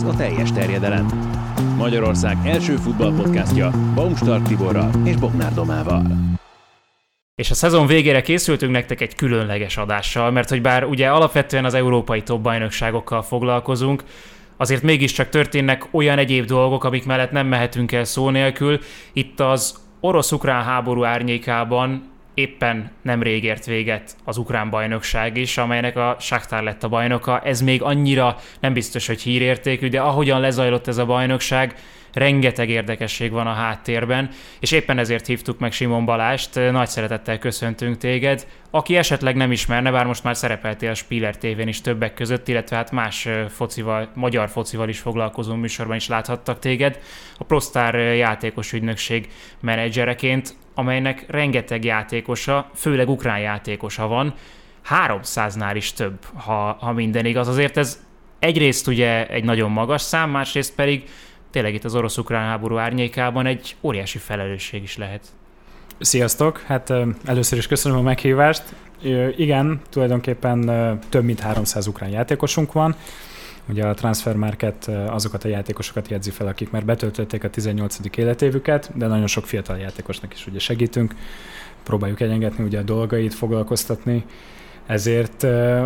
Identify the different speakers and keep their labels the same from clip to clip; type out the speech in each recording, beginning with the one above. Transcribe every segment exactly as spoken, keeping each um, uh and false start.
Speaker 1: a teljes terjedelem. Magyarország első futballpodcastja Baumstark Tiborral és Bognár Domával.
Speaker 2: És a szezon végére készültünk nektek egy különleges adással, mert hogy bár ugye alapvetően az európai top bajnokságokkal foglalkozunk, azért mégiscsak történnek olyan egyéb dolgok, amik mellett nem mehetünk el szó nélkül. Itt az orosz-ukrán háború árnyékában éppen nemrég ért véget az ukrán bajnokság is, amelynek a Sakhtar lett a bajnoka. Ez még annyira nem biztos, hogy hírértékű, de ahogyan lezajlott ez a bajnokság, rengeteg érdekesség van a háttérben, és éppen ezért hívtuk meg Simon Balást, nagy szeretettel köszöntünk téged, aki esetleg nem ismerne, bár most már szerepeltél a Spiller té vén is többek között, illetve hát más focival, magyar focival is foglalkozó műsorban is láthattak téged, a ProStar játékos ügynökség menedzsereként, amelynek rengeteg játékosa, főleg ukrán játékosa van, háromszáznál is több, ha, ha minden igaz. Azért ez egyrészt ugye egy nagyon magas szám, másrészt pedig tényleg itt az orosz-ukrán háború árnyékában egy óriási felelősség is lehet.
Speaker 3: Sziasztok! Hát először is köszönöm a meghívást. Igen, tulajdonképpen több mint háromszáz ukrán játékosunk van. Ugye a Transfermarkt azokat a játékosokat jegyzi fel, akik már betöltötték a tizennyolcadik életévüket, de nagyon sok fiatal játékosnak is ugye segítünk. Próbáljuk egyengetni ugye a dolgait, foglalkoztatni. Ezért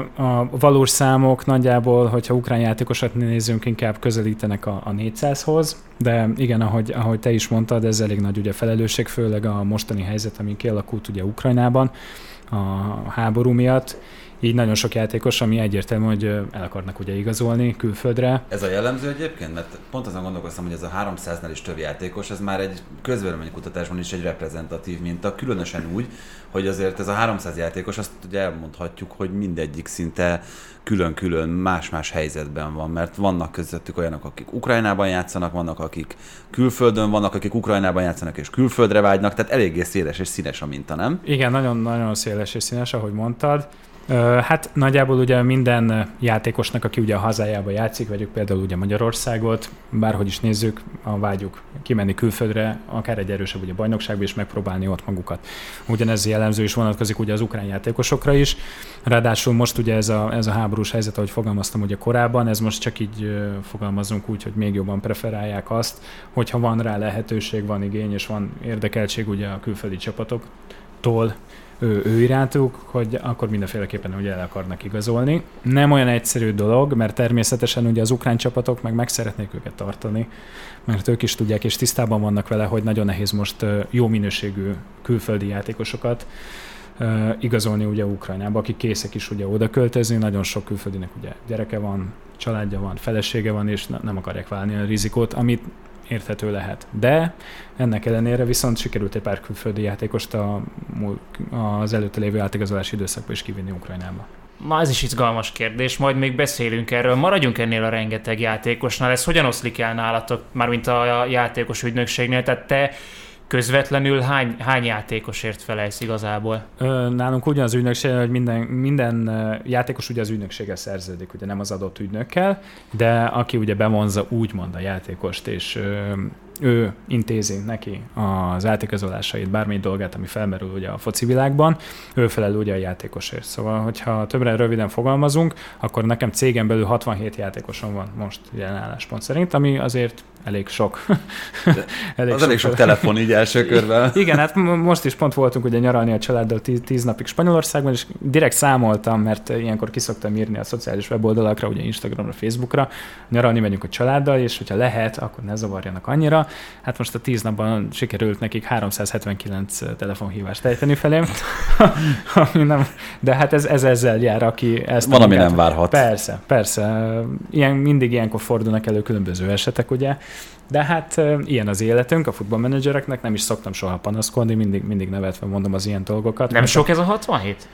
Speaker 3: a valós számok nagyjából, hogyha ukrán játékosat nézzünk, inkább közelítenek a, a négyszázhoz, de igen, ahogy, ahogy te is mondtad, ez elég nagy ugye felelősség, főleg a mostani helyzet, ami kialakult ugye Ukrajnában a háború miatt. Így nagyon sok játékos, ami egyértelmű, hogy el akarnak ugye igazolni külföldre.
Speaker 4: Ez a jellemző egyébként? Mert pont azon gondolkoztam, hogy ez a háromszáznál is több játékos, ez már egy közvéleménykutatásban is egy reprezentatív minta, különösen úgy, hogy azért ez a háromszáz játékos, azt ugye elmondhatjuk, hogy mindegyik szinte külön-külön más-más helyzetben van, mert vannak közöttük olyanok, akik Ukrajnában játszanak, vannak akik külföldön vannak, akik Ukrajnában játszanak és külföldre vágynak, tehát eléggé széles és színes a minta, nem?
Speaker 3: Igen, nagyon-nagyon széles és színes, ahogy mondtad. Hát nagyjából ugye minden játékosnak, aki ugye a hazájába játszik, vegyük például ugye Magyarországot, bárhogy is nézzük, a vágyuk kimenni külföldre, akár egy erősebb ugye bajnokságba és megpróbálni ott magukat. Ugyanez jellemző is vonatkozik ugye az ukrán játékosokra is. Ráadásul most ugye ez a, ez a háborús helyzet, ahogy fogalmaztam ugye korábban, ez most csak így fogalmazunk úgy, hogy még jobban preferálják azt, hogyha van rá lehetőség, van igény és van érdekeltség ugye a külföldi csapatoktól, Ő, ő irántuk, hogy akkor mindenféleképpen ugye el akarnak igazolni. Nem olyan egyszerű dolog, mert természetesen ugye az ukrán csapatok meg meg szeretnék őket tartani, mert ők is tudják és tisztában vannak vele, hogy nagyon nehéz most jó minőségű külföldi játékosokat uh, igazolni ugye Ukrajnába, akik készek is ugye oda költözni, nagyon sok külföldinek ugye gyereke van, családja van, felesége van, és ne, nem akarják válni a rizikót, amit érthető lehet. De ennek ellenére viszont sikerült egy pár külföldi játékost a, az előtte lévő átigazolási időszakban is kivinni Ukrajnába.
Speaker 2: Ma ez is izgalmas kérdés, majd még beszélünk erről. Maradjunk ennél a rengeteg játékosnál. Ez hogyan oszlik el nálatok, mármint a játékos ügynökségnél? Tehát te közvetlenül hány, hány játékosért felelsz igazából?
Speaker 3: Nálunk ugye az ügynökség, hogy minden, minden játékos ugye az ügynökséggel szerződik, ugye nem az adott ügynökkel, de aki ugye bevonza úgymond a játékost, és ő intézi neki az átigazolásait, bármely dolgát, ami felmerül ugye a foci világban, ő felel ugye a játékosért. Szóval, hogyha többre röviden fogalmazunk, akkor nekem cégen belül hatvanhét játékosom van most jelen álláspont szerint, ami azért elég sok.
Speaker 4: elég az sok elég sok telefon így első körben.
Speaker 3: Igen, hát most is pont voltunk ugye nyaralni a családdal tíz, tíz napig Spanyolországban, és direkt számoltam, mert ilyenkor kiszoktam írni a szociális weboldalakra, ugye Instagramra, Facebookra, nyaralni megyünk a családdal, és hogyha lehet, akkor ne zavarjanak annyira. Hát most a tíz napban sikerült nekik háromszázhetvenkilenc telefonhívást ejteni felém, ami nem, de hát ez, ez ezzel jár, aki ezt...
Speaker 4: Van, ami nem várhat.
Speaker 3: Persze, persze. Ilyen, mindig ilyenkor fordulnak elő különböző esetek, ugye, de hát ilyen az életünk, a futballmenedzsereknek, nem is szoktam soha panaszkodni, mindig, mindig nevetve mondom az ilyen dolgokat.
Speaker 2: Nem sok ez a hatvanhét?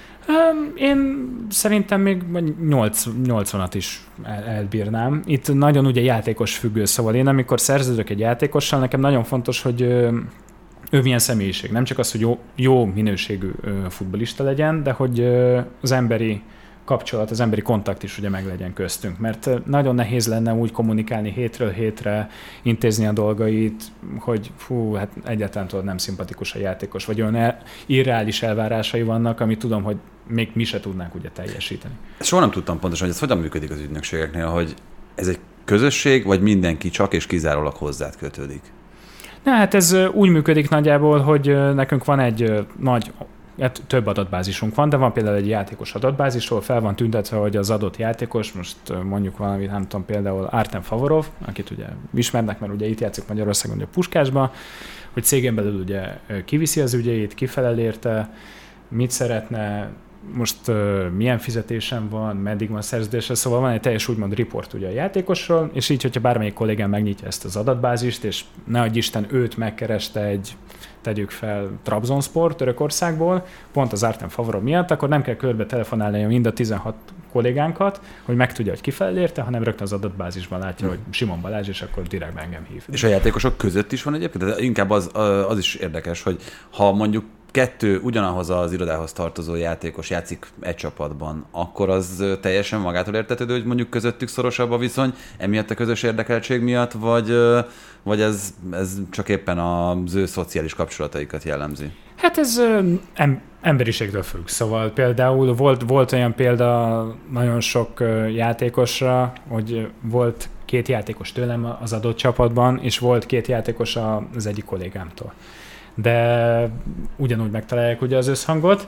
Speaker 3: Én szerintem még nyolcvanat is el, elbírnám. Itt nagyon ugye játékos függő, szóval én amikor szerződök egy játékossal, nekem nagyon fontos, hogy ő milyen személyiség. Nem csak az, hogy jó, jó minőségű futballista legyen, de hogy az emberi kapcsolat, az emberi kontakt is ugye meglegyen köztünk, mert nagyon nehéz lenne úgy kommunikálni hétről hétre, intézni a dolgait, hogy fú, hát egyáltalán tudod, nem szimpatikus a játékos, vagy olyan el, irreális elvárásai vannak, amit tudom, hogy még mi se tudnánk ugye teljesíteni.
Speaker 4: Soha nem tudtam pontosan, hogy ez hogyan működik az ügynökségeknél, hogy ez egy közösség, vagy mindenki csak és kizárólag hozzád kötődik?
Speaker 3: Na, hát ez úgy működik nagyjából, hogy nekünk van egy nagy, hát több adatbázisunk van, de van például egy játékos adatbázis, ahol fel van tüntetve, hogy az adott játékos, most mondjuk valamit, nem tudom, például Artem Favorov, akit ugye ismernek, mert ugye itt játszik Magyarországon, ugye Puskásba, hogy cégén belül ugye kiviszi az ügyeit, kifelel érte, mit szeretne, most uh, milyen fizetésem van, meddig van szerződésre, szóval van egy teljes úgymond report ugye a játékosról, és így, hogyha bármelyik kollégám megnyitja ezt az adatbázist, és ne adj Isten őt megkereste egy, tegyük fel, Trabzonspor Törökországból, pont az Artem Favorov miatt, akkor nem kell körbe telefonálni mind a tizenhat kollégánkat, hogy megtudja, hogy kifelé érte, hanem rögtön az adatbázisban látja, hmm. hogy Simon Balázs, és akkor direkt engem hív.
Speaker 4: És a játékosok között is van egyébként? De inkább az, az is érdekes, hogy ha mondjuk kettő ugyanahoz az irodához tartozó játékos játszik egy csapatban, akkor az teljesen magától értetődő, hogy mondjuk közöttük szorosabb a viszony, emiatt a közös érdekeltség miatt, vagy, vagy ez, ez csak éppen az ő szociális kapcsolataikat jellemzi?
Speaker 3: Hát ez em, emberiségtől függ. Szóval például volt, volt olyan példa nagyon sok játékosra, hogy volt két játékos tőlem az adott csapatban, és volt két játékos az egyik kollégámtól. De ugyanúgy megtalálják ugye az összhangot.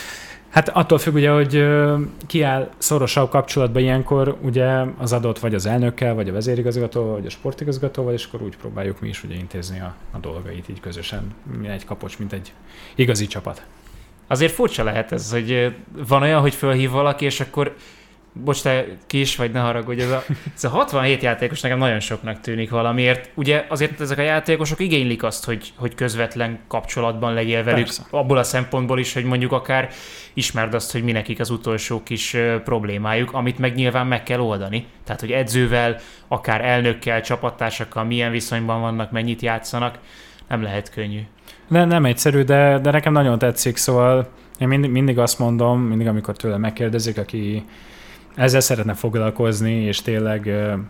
Speaker 3: Hát attól függ ugye, hogy ki áll szorosabb kapcsolatban ilyenkor ugye az adott vagy az elnökkel, vagy a vezérigazgatóval, vagy a sportigazgatóval, és akkor úgy próbáljuk mi is ugye intézni a, a dolgait így közösen, egy kapocs, mint egy igazi csapat.
Speaker 2: Azért furcsa lehet ez, hogy van olyan, hogy fölhív valaki, és akkor bocs, te kis vagy, ne haragudj, ez a, ez a hatvanhét játékos nekem nagyon soknak tűnik valamiért. Ugye azért ezek a játékosok igénylik azt, hogy, hogy közvetlen kapcsolatban legyél velük.
Speaker 3: Persze.
Speaker 2: Abból a szempontból is, hogy mondjuk akár ismerd azt, hogy mi nekik az utolsó kis problémájuk, amit meg nyilván meg kell oldani. Tehát, hogy edzővel, akár elnökkel, csapattársakkal milyen viszonyban vannak, mennyit játszanak, nem lehet könnyű.
Speaker 3: De nem egyszerű, de, de nekem nagyon tetszik, szóval én mindig, mindig azt mondom, mindig amikor tőle megkérdezik, aki ezzel szeretne foglalkozni, és tényleg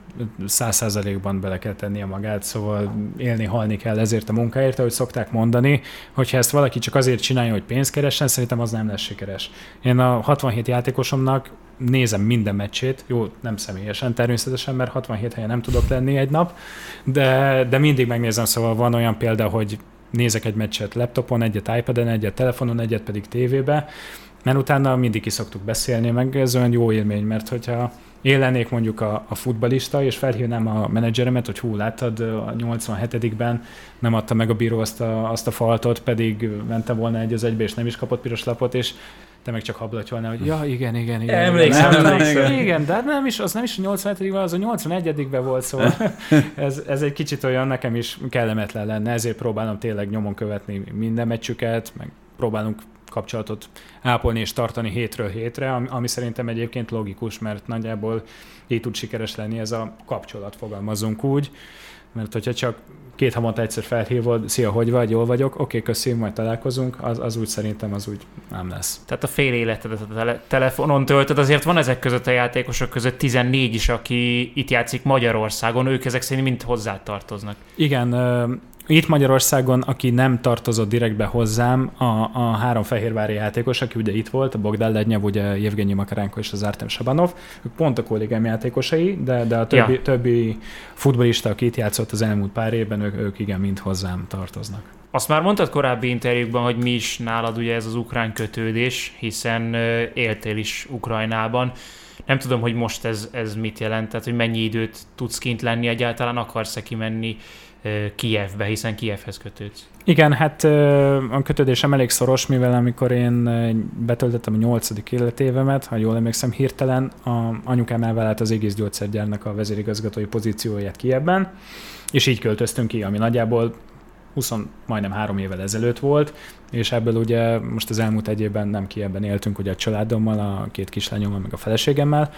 Speaker 3: száz százalékban bele kell tennie magát, szóval élni, halni kell ezért a munkáért, ahogy szokták mondani, hogyha ezt valaki csak azért csinálja, hogy pénzt keressen, szerintem az nem lesz sikeres. Én a hatvanhét játékosomnak nézem minden meccsét, jó, nem személyesen természetesen, mert hatvanhét helyen nem tudok lenni egy nap, de, de mindig megnézem, szóval van olyan példa, hogy nézek egy meccset laptopon, egyet iPaden, egyet telefonon, egyet pedig tévébe, mert utána mindig ki szoktuk beszélni, meg ez olyan jó élmény, mert hogyha én lennék mondjuk a, a futballista, és felhívnám a menedzseremet, hogy hú, láttad, a nyolcvanhetedikben nem adta meg a bíró azt a, azt a faltot, pedig mente volna egy az egybe, és nem is kapott piros lapot, és te meg csak hablatyolnál, hogy ja, igen, igen, igen.
Speaker 2: Emlékszem,
Speaker 3: nem,
Speaker 2: emlékszem.
Speaker 3: Igen, de nem is, az nem is a nyolcvanhetedikben, az a nyolcvanegyedikben volt, szóval ez, ez egy kicsit olyan nekem is kellemetlen lenne, ezért próbálom tényleg nyomon követni minden meccsüket, meg próbálunk kapcsolatot ápolni és tartani hétről hétre, ami, ami szerintem egyébként logikus, mert nagyjából így tud sikeres lenni ez a kapcsolat, fogalmazunk úgy, mert hogyha csak két havonta egyszer felhívod, szia, hogy vagy, jól vagyok, oké, köszi, majd találkozunk, az, az úgy szerintem az úgy nem lesz.
Speaker 2: Tehát a fél életedet a tele- telefonon töltöd, azért van ezek között a játékosok között tizennégy is, aki itt játszik Magyarországon, ők ezek szerint mind hozzá tartoznak.
Speaker 3: Igen, itt Magyarországon, aki nem tartozott direktbe hozzám, a, a három fehérvári játékos, aki ugye itt volt, a Bogdán Lednyev, ugye Jevgenyi Makarenko és az Artem Sabanov, ők pont a kollégám játékosai, de, de a többi, ja. többi futballista, aki itt játszott az elmúlt pár évben, ők, ők igen, mind hozzám tartoznak.
Speaker 2: Azt már mondtad korábbi interjúkban, hogy mi is nálad ugye ez az ukrán kötődés, hiszen éltél is Ukrajnában. Nem tudom, hogy most ez, ez mit jelent, tehát hogy mennyi időt tudsz kint lenni, egyáltalán akarsz-e kimenni Kijevbe, hiszen Kijevhez kötődsz.
Speaker 3: Igen, hát a kötődésem elég szoros, mivel amikor én betöltöttem a nyolcadik életévemet, ha jól emlékszem, hirtelen a anyukám elvállalt az Égész gyógyszergyárnak a vezérigazgatói pozícióját Kijevben, és így költöztünk ki, ami nagyjából húsz, majdnem három évvel ezelőtt volt, és ebből ugye most az elmúlt egy évben nem Kijevben éltünk, ugye a családommal, a két kislányommal, meg a feleségemmel,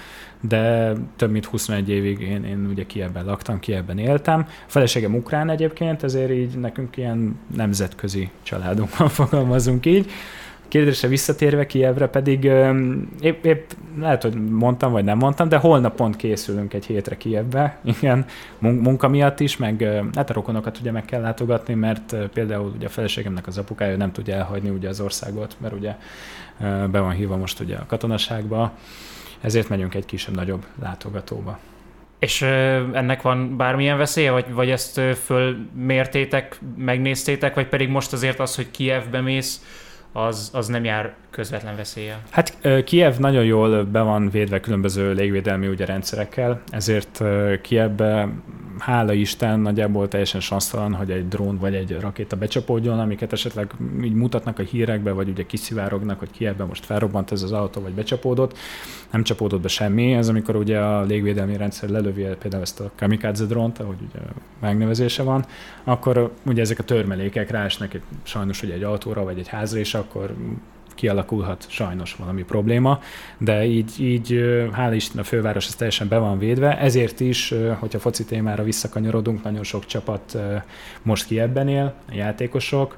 Speaker 3: de több mint huszonegy évig én, én ugye Kijevben laktam, Kijevben éltem. A feleségem ukrán egyébként, ezért így nekünk ilyen nemzetközi családunkban fogalmazunk így. Kérdésre visszatérve Kijevre pedig épp, épp lehet, hogy mondtam, vagy nem mondtam, de holnap pont készülünk egy hétre Kijevbe, igen, munka miatt is, meg hát a rokonokat ugye meg kell látogatni, mert például ugye a feleségemnek az apukája nem tudja elhagyni ugye az országot, mert ugye be van hívva most ugye a katonaságba, ezért megyünk egy kisebb-nagyobb látogatóba.
Speaker 2: És ennek van bármilyen veszélye, vagy, vagy ezt fölmértétek, megnéztétek, vagy pedig most azért az, hogy Kijevbe mész, az, az nem jár közvetlen veszéllyel?
Speaker 3: Hát Kijev nagyon jól be van védve különböző légvédelmi ugye, rendszerekkel, ezért Kijevbe hála Isten nagyjából teljesen sansztalan, hogy egy drón vagy egy rakéta becsapódjon, amiket esetleg így mutatnak a hírekbe, vagy ugye kiszivárognak, hogy Kijevben most felrobbant ez az autó, vagy becsapódott. Nem csapódott be semmi, ez amikor ugye a légvédelmi rendszer lelövi például ezt a kamikaze drónt, ahogy ugye megnevezése van, akkor ugye ezek a törmelékek ráesnek egy, sajnos ugye egy autóra, vagy egy házra, és akkor kialakulhat sajnos valami probléma, de így, így hála Isten a főváros ez teljesen be van védve, ezért is, hogyha foci témára visszakanyarodunk, nagyon sok csapat most Kijevben él, a játékosok,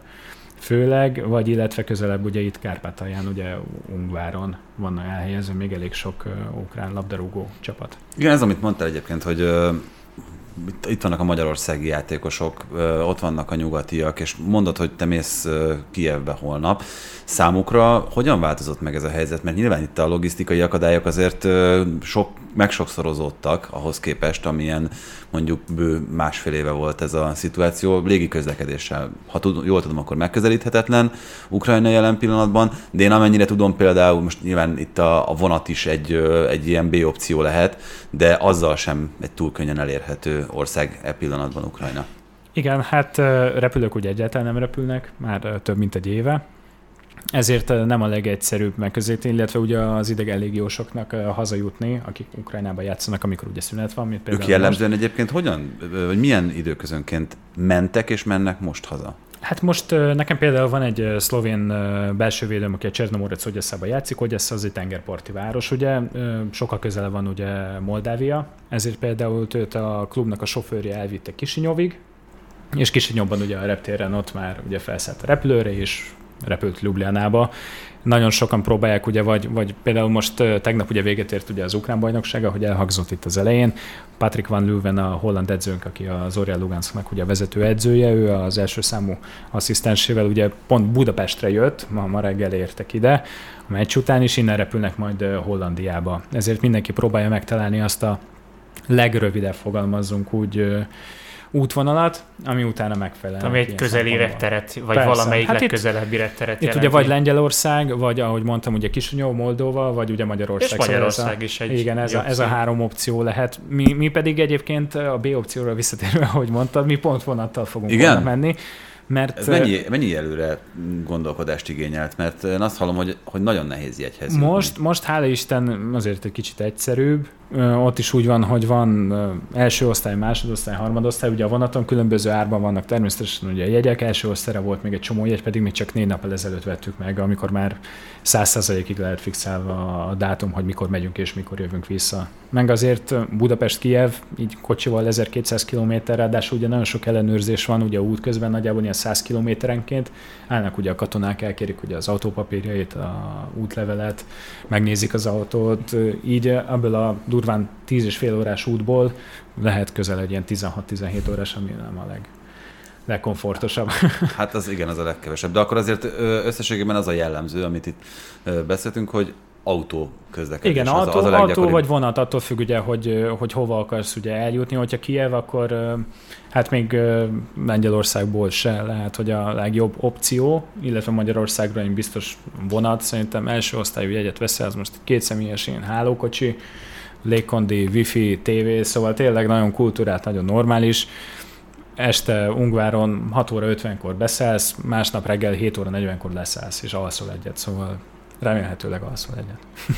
Speaker 3: főleg, vagy illetve közelebb ugye itt Kárpátalján, ugye Ungváron vannak elhelyezve még elég sok ukrán labdarúgó csapat.
Speaker 4: Igen, ez amit mondtál egyébként, hogy uh, itt, itt vannak a magyarországi játékosok, uh, ott vannak a nyugatiak, és mondod, hogy te mész uh, Kijevbe holnap. Számukra hogyan változott meg ez a helyzet? Mert nyilván itt a logisztikai akadályok azért uh, sok, megsokszorozódtak ahhoz képest, amilyen mondjuk bő másfél éve volt ez a szituáció, légi közlekedéssel. Ha tud, jól tudom, akkor megközelíthetetlen Ukrajna jelen pillanatban, de én amennyire tudom, például most nyilván itt a, a vonat is egy, egy ilyen B-opció lehet, de azzal sem egy túl könnyen elérhető ország e pillanatban Ukrajna.
Speaker 3: Igen, hát repülők ugye egyáltalán nem repülnek, már több mint egy éve. Ezért nem a legegyszerűbb megközelíteni, illetve ugye az idegen légiósoknak hazajutni, akik Ukrajnában játszanak, amikor ugye szünet van. Mint
Speaker 4: ők jellemzően most... egyébként hogyan, vagy milyen időközönként mentek és mennek most haza?
Speaker 3: Hát most nekem például van egy szlovén belső védelem, aki a Csernomorec Odyesszában játszik. Odyessa az egy tengerparti város, ugye, sokkal közele van ugye Moldávia, ezért például őt a klubnak a sofőrje elvitte Kisinyovig, és Kisinyovban ugye a reptéren ott már ugye felszállt a repülőre, és repült Ljubljanába. Nagyon sokan próbálják, ugye, vagy, vagy például most tegnap ugye véget ért ugye az ukrán bajnokság, ahogy elhangzott itt az elején. Patrick van Leeuwen, a holland edzőnk, aki az Zorya Lugansknak ugye a vezető edzője, ő az első számú asszisztensével ugye pont Budapestre jött, ma, ma reggel értek ide, a meccs után is innen repülnek majd Hollandiába. Ezért mindenki próbálja megtalálni azt a legrövidebb, fogalmazzunk úgy, útvonalat, ami utána megfelel.
Speaker 2: Ami egy közeli repteret, vagy
Speaker 3: persze.
Speaker 2: valamelyik
Speaker 3: hát
Speaker 2: legközelebbi repteret
Speaker 3: jelenti. Itt ugye vagy Lengyelország, vagy ahogy mondtam, ugye Kisinyov, Moldova, vagy ugye Magyarország.
Speaker 2: És Magyarország
Speaker 3: szóval
Speaker 2: is egy
Speaker 3: igen, ez a, ez a három opció lehet. Mi, mi pedig egyébként a B opcióra visszatérve, ahogy mondtad, mi pont vonattal fogunk volna menni. Mert
Speaker 4: ez mennyi, mennyi előre gondolkodást igényelt? Mert én azt hallom, hogy, hogy nagyon nehéz jegyhez jutni.
Speaker 3: Most, most hála Isten azért egy kicsit egyszerűbb. Ott is úgy van, hogy van első osztály, másodosztály, harmadosztály. Ugye a vonaton különböző árban vannak természetesen ugye a jegyek. Első osztályra volt még egy csomó jegy, pedig még csak négy nappal ezelőtt vettük meg, amikor már száz százalékig lehet fixálva a dátum, hogy mikor megyünk és mikor jövünk vissza. Meg azért Budapest-Kijev, így kocsival ezerkétszáz kilométer, ráadásul ugye nagyon sok ellenőrzés van, ugye útközben nagyjából ilyen száz kilométerenként. Állnak ugye a katonák, elkérik ugye az autópapírjait, a útlevelet, megnézik az autót, így ebből a durván tíz és fél órás útból lehet közel egy ilyen tizenhat-tizenhét órás, ami nem a leg, legkomfortosabb.
Speaker 4: Hát az igen, az a legkevesebb. De akkor azért összességében az a jellemző, amit itt beszéltünk, hogy autó közlekedés.
Speaker 3: Igen,
Speaker 4: az,
Speaker 3: autó,
Speaker 4: az a
Speaker 3: autó vagy vonat, attól függ ugye, hogy, hogy hova akarsz ugye eljutni. Hogyha Kijev, akkor hát még Lengyelországból se lehet, hogy a legjobb opció, illetve Magyarországra én biztos vonat, szerintem első osztályú jegyet veszel, az most két személyes ilyen hálókocsi, légkondi, wifi, tévé, szóval tényleg nagyon kultúrát, nagyon normális. Este Ungváron hat óra ötvenkor beszállsz, másnap reggel hét óra negyvenkor leszállsz, és alszol egyet, szóval remélhetőleg alszol egyet.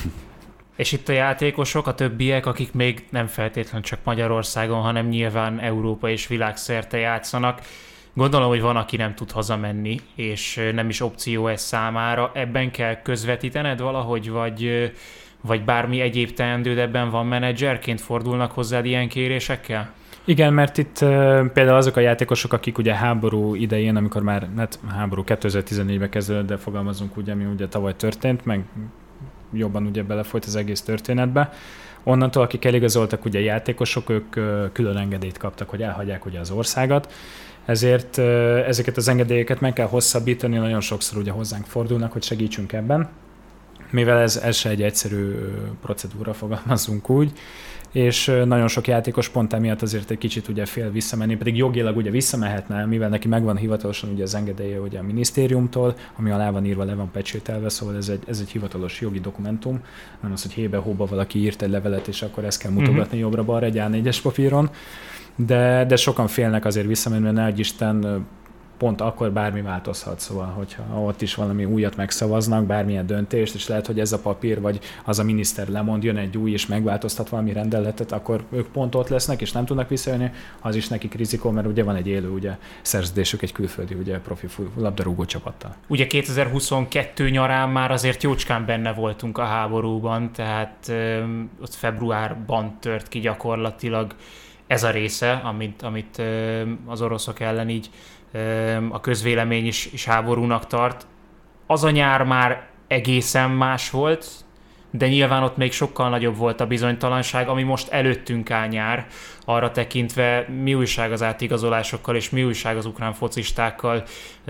Speaker 2: És itt a játékosok, a többiek, akik még nem feltétlenül csak Magyarországon, hanem nyilván Európa és világszerte játszanak. Gondolom, hogy van, aki nem tud hazamenni, és nem is opció ez számára. Ebben kell közvetítened valahogy, vagy, vagy bármi egyéb teendőd ebben van menedzserként? Fordulnak hozzád ilyen kérésekkel?
Speaker 3: Igen, mert itt uh, például azok a játékosok, akik ugye háború idején, amikor már hát háború kétezer-tizennégyben kezdődött, de fogalmazunk ugye, ami ugye tavaly történt, meg jobban ugye belefolyt az egész történetbe. Onnantól, akik eligazoltak ugye játékosok, ők uh, külön engedélyt kaptak, hogy elhagyják ugye az országot. Ezért uh, ezeket az engedélyeket meg kell hosszabbítani, nagyon sokszor ugye hozzánk fordulnak, hogy segítsünk ebben. mivel ez, ez se egy egyszerű procedúra, fogalmazunk úgy, és nagyon sok játékos pont emiatt azért egy kicsit ugye fél visszamenni, pedig jogilag ugye visszamehetne, mivel neki megvan hivatalosan ugye az engedélye ugye a minisztériumtól, ami alá van írva, le van pecsételve, szóval ez egy, ez egy hivatalos jogi dokumentum, nem az, hogy hébe-hóba valaki írt egy levelet, és akkor ezt kell mutogatni uh-huh. jobbra-balra egy á négyes papíron, de, de sokan félnek azért visszamenni, mert nehogy Isten pont akkor bármi változhat, szóval, hogyha ott is valami újat megszavaznak, bármilyen döntést, és lehet, hogy ez a papír, vagy az a miniszter lemond, jön egy új, és megváltoztat valami rendeletet, akkor ők pont ott lesznek, és nem tudnak visszajönni, az is nekik rizikó, mert ugye van egy élő ugye, szerződésük egy külföldi ugye, profi labdarúgó csapattal.
Speaker 2: Ugye kétezer-huszonkettő nyarán már azért jócskán benne voltunk a háborúban, tehát ö, ott februárban tört ki gyakorlatilag ez a része, amit, amit ö, az oroszok ellen így a közvélemény is, is háborúnak tart. Az a nyár már egészen más volt, de nyilván ott még sokkal nagyobb volt a bizonytalanság, ami most előttünk áll nyár, arra tekintve mi újság az átigazolásokkal, és mi újság az ukrán focistákkal.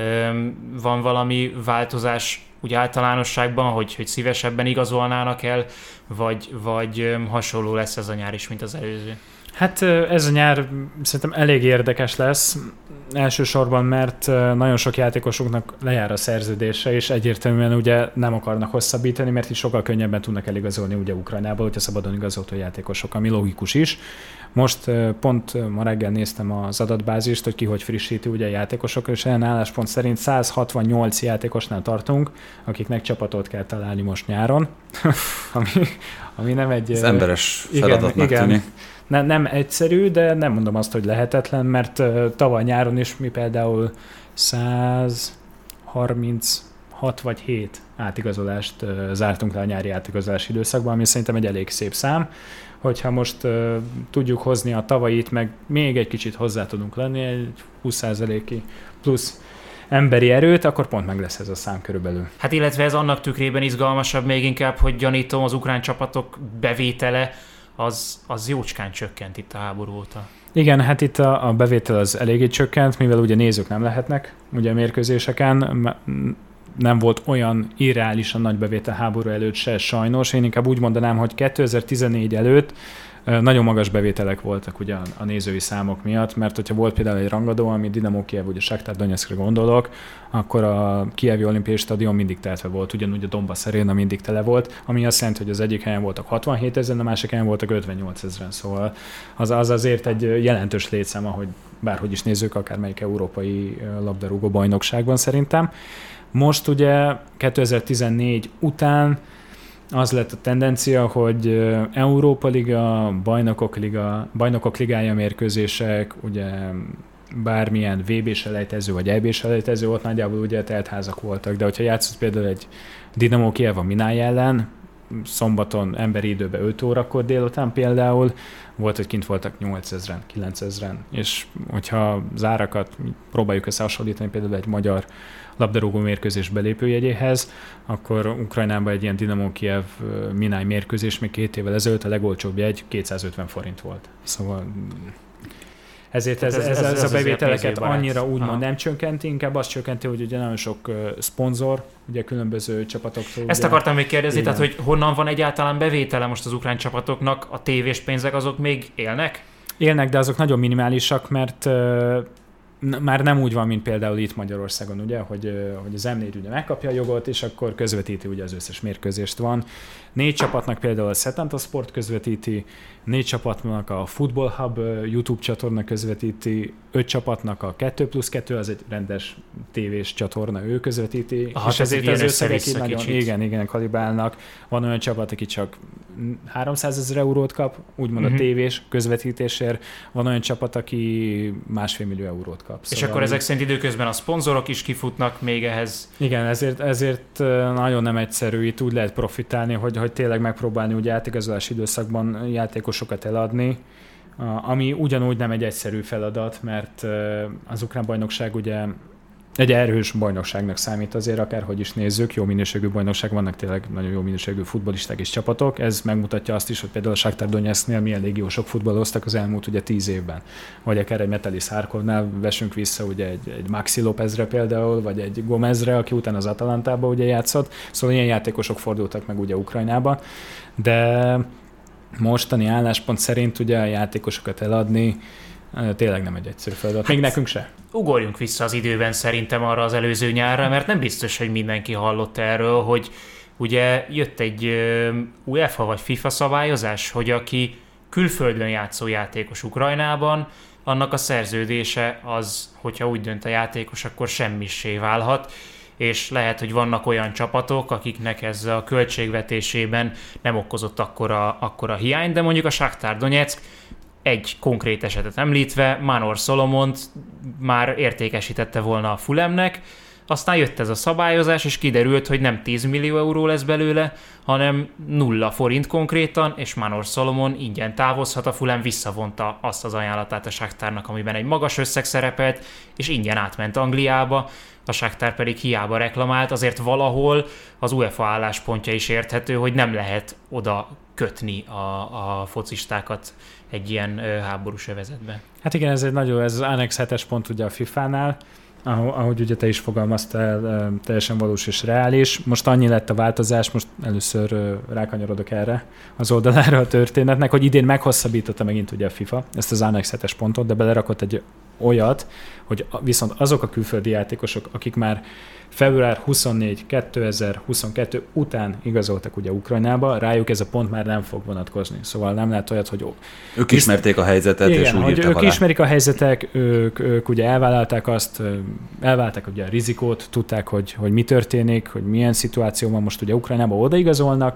Speaker 2: Van valami változás úgy általánosságban, hogy, hogy szívesebben igazolnának el, vagy, vagy hasonló lesz ez a nyár is, mint az előző?
Speaker 3: Hát ez a nyár szerintem elég érdekes lesz, elsősorban, mert nagyon sok játékosuknak lejár a szerződése, és egyértelműen ugye nem akarnak hosszabbítani, mert is sokkal könnyebben tudnak eligazolni ugye Ukrajnából, hogyha szabadon igazoltó játékosok, ami logikus is. Most pont ma reggel néztem az adatbázist, hogy ki hogy frissíti ugye a játékosok, és olyan álláspont szerint száz hatvannyolc játékosnál tartunk, akiknek csapatot kell találni most nyáron, ami, ami nem egy...
Speaker 4: Ez emberes feladatnak
Speaker 3: igen,
Speaker 4: tűnik.
Speaker 3: Nem, nem egyszerű, de nem mondom azt, hogy lehetetlen, mert uh, tavaly nyáron is mi például száz harminchat vagy hét átigazolást uh, zártunk le a nyári átigazolási időszakban, ami szerintem egy elég szép szám. Hogyha most uh, tudjuk hozni a tavalyit, meg még egy kicsit hozzá tudunk lenni, egy húsz százaléki plusz emberi erőt, akkor pont meg lesz ez a szám körülbelül.
Speaker 2: Hát illetve ez annak tükrében izgalmasabb még inkább, hogy gyanítom az ukrán csapatok bevétele az, az jócskán csökkent itt a háború óta.
Speaker 3: Igen, hát itt a, a bevétel az eléggé csökkent, mivel ugye nézők nem lehetnek ugye a mérkőzéseken, nem volt olyan irreálisan nagy bevétel háború előtt se sajnos. Én inkább úgy mondanám, hogy kétezer-tizennégy előtt nagyon magas bevételek voltak ugye a nézői számok miatt, mert hogyha volt például egy rangadó, ami Dinamo Kijev, ugye Saktar Donyeckre gondolok, akkor a Kijevi Olimpiai Stadion mindig teltve volt, ugyanúgy a Donbass Arena mindig tele volt, ami azt jelenti, hogy az egyik helyen voltak hatvanhét ezeren, a másik helyen voltak ötvennyolc ezeren, szóval az, az azért egy jelentős létszám, ahogy bárhogy is nézzük, akármelyik európai labdarúgó bajnokságban szerintem. Most ugye kétezer-tizennégy után az lett a tendencia, hogy Európa Liga, Bajnokok Liga, Bajnokok Ligája mérkőzések, ugye bármilyen vé bé-selejtező vagy é bé-selejtező, ott nagyjából ugye teltházak voltak, de hogyha játszott például egy Dinamo Kijev a Minai ellen, szombaton emberi időben öt órakor délután például, volt, hogy kint voltak nyolcezren, kilencezren, és hogyha zárakat próbáljuk összehasonlítani például egy magyar labdarúgó mérkőzés belépőjegyéhez, akkor Ukrajnában egy ilyen Dinamo Kijev Minai mérkőzés még két évvel ezelőtt a legolcsóbb jegy kétszázötven forint volt. Szóval ezért ez, ez, ez, ez, ez a bevételeket annyira úgymond nem csökkenti, inkább azt csökkenti, hogy ugye nagyon sok szponzor, ugye különböző csapatoktól.
Speaker 2: Ezt
Speaker 3: ugye,
Speaker 2: akartam még kérdezni,
Speaker 3: igen.
Speaker 2: tehát hogy honnan van egyáltalán bevétele most az ukrán csapatoknak, a tévés pénzek azok még élnek?
Speaker 3: Élnek, de azok nagyon minimálisak, mert már nem úgy van, mint például itt Magyarországon, ugye, hogy, hogy az em négy ugye megkapja a jogot, és akkor közvetíti ugye az összes mérkőzést van. Négy csapatnak például a Setanta Sport közvetíti, négy csapatnak a Football Hub YouTube csatorna közvetíti, öt csapatnak a kettő plusz kettő, az egy rendes tévés csatorna, ő közvetíti,
Speaker 2: Aha,
Speaker 3: és ezért az összegek így nagyon,
Speaker 2: kicsit.
Speaker 3: igen, igen, kalibálnak. Van olyan csapat, aki csak háromszázezer eurót kap, úgymond uh-huh. a tévés közvetítésért, van olyan csapat, aki másfél millió eurót kap.
Speaker 2: És
Speaker 3: szóval
Speaker 2: akkor ezek szerint időközben a szponzorok is kifutnak még ehhez.
Speaker 3: Igen, ezért, ezért nagyon nem egyszerű, itt úgy lehet profitálni, hogy, hogy tényleg megpróbálni úgy átigazolási időszakban játékosokat eladni, ami ugyanúgy nem egy egyszerű feladat, mert az ukrán bajnokság ugye egy erős bajnokságnak számít azért, akárhogy is nézzük, jó minőségű bajnokság, vannak tényleg nagyon jó minőségű futballisták és csapatok. Ez megmutatja azt is, hogy például a Shakhtar Donetsknél milyen légiósok futballoztak az elmúlt ugye tíz évben. Vagy akár egy Metalist Harkovnál vessünk vissza ugye egy, egy Maxi Lópezre például, vagy egy Gomezre, aki utána az Atalantába ugye játszott. Szóval ilyen játékosok fordultak meg ugye Ukrajnába. De mostani álláspont szerint ugye a játékosokat eladni tényleg nem egy egyszerű feladat. Még hát nekünk se.
Speaker 2: Ugorjunk vissza az időben szerintem arra az előző nyárra, mert nem biztos, hogy mindenki hallott erről, hogy ugye jött egy UEFA vagy FIFA szabályozás, hogy aki külföldön játszó játékos Ukrajnában, annak a szerződése az, hogyha úgy dönt a játékos, akkor semmissé válhat, és lehet, hogy vannak olyan csapatok, akiknek ez a költségvetésében nem okozott akkora, akkora hiány, de mondjuk a Shakhtar Donetsk egy konkrét esetet említve, Manor Solomont már értékesítette volna a Fulhamnek, aztán jött ez a szabályozás, és kiderült, hogy nem tíz millió euró lesz belőle, hanem nulla forint konkrétan, és Manor Solomon ingyen távozhat, a Fulham visszavonta azt az ajánlatát a Shakhtarnak, amiben egy magas összeg szerepelt, és ingyen átment Angliába, a Shakhtar pedig hiába reklamált, azért valahol az UEFA álláspontja is érthető, hogy nem lehet oda kötni a, a focistákat egy ilyen ö, háborús övezetbe.
Speaker 3: Hát igen, ez egy nagyon, ez az Annex hetes pont ugye a fifánál, ahogy ugye te is fogalmaztál, teljesen valós és reális. Most annyi lett a változás, most először rákanyarodok erre az oldalára a történetnek, hogy idén meghosszabbította megint ugye a FIFA ezt az Annex hetes pontot, de belerakott egy olyat, hogy viszont azok a külföldi játékosok, akik már február huszonnégy kétezer-huszonkettő után igazoltak ugye Ukrajnába, rájuk ez a pont már nem fog vonatkozni. Szóval nem lehet olyat, hogy...
Speaker 4: Ők Bizt... ismerték a helyzetet, igen, és úgy
Speaker 3: hogy ők
Speaker 4: alá.
Speaker 3: ismerik a helyzetek, ők, ők ugye elvállalták azt, elvállalták ugye a rizikót, tudták, hogy, hogy mi történik, hogy milyen szituáció van most ugye Ukrajnába, odaigazolnak,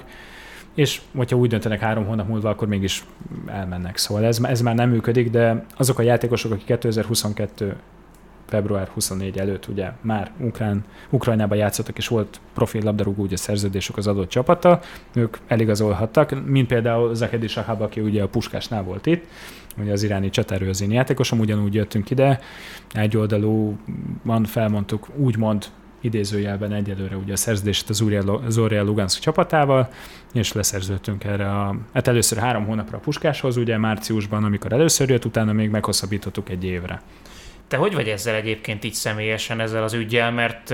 Speaker 3: és hogyha úgy döntenek három hónap múlva, akkor mégis elmennek. Szóval ez, ez már nem működik, de azok a játékosok, akik kétezer-huszonkettő február huszonnégy előtt ugye már Ukrán, Ukrajnában játszottak, és volt profil labdarúgó ugye szerződésük az adott csapata, ők eligazolhattak, mint például Zahedi Shahab, aki ugye a Puskásnál volt itt, ugye az iráni csatárőrzéni játékosom, ugyanúgy jöttünk ide, egyoldalúan felmondtuk, úgymond idézőjelben egyelőre ugye a szerződést az Zorya Lugansk csapatával, és leszerződtünk erre a, hát először három hónapra a Puskáshoz, ugye márciusban, amikor először jött, utána még meghosszabbítottuk egy évre.
Speaker 2: Te hogy vagy ezzel egyébként így személyesen, ezzel az üggyel, mert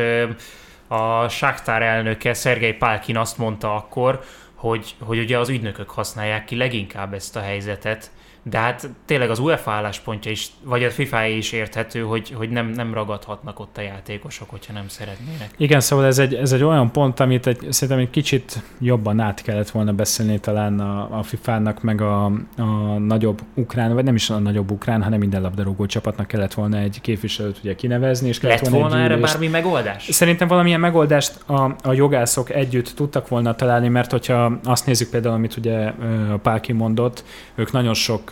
Speaker 2: a Shakhtar elnöke, Szergej Pálkin azt mondta akkor, hogy, hogy ugye az ügynökök használják ki leginkább ezt a helyzetet, de hát tényleg az UEFA álláspontja is, vagy a FIFA is érthető, hogy, hogy nem, nem ragadhatnak ott a játékosok, hogyha nem szeretnének.
Speaker 3: Igen, szóval ez egy, ez egy olyan pont, amit egy, szerintem egy kicsit jobban át kellett volna beszélni talán a, a fifának, meg a, a nagyobb ukrán, vagy nem is a nagyobb ukrán, hanem minden labdarúgó csapatnak kellett volna egy képviselőt ugye kinevezni. És
Speaker 2: lett volna, volna erre bármi megoldás?
Speaker 3: Szerintem valamilyen megoldást a, a jogászok együtt tudtak volna találni, mert hogyha azt nézzük például, amit ugye a Pálki mondott, ők nagyon sok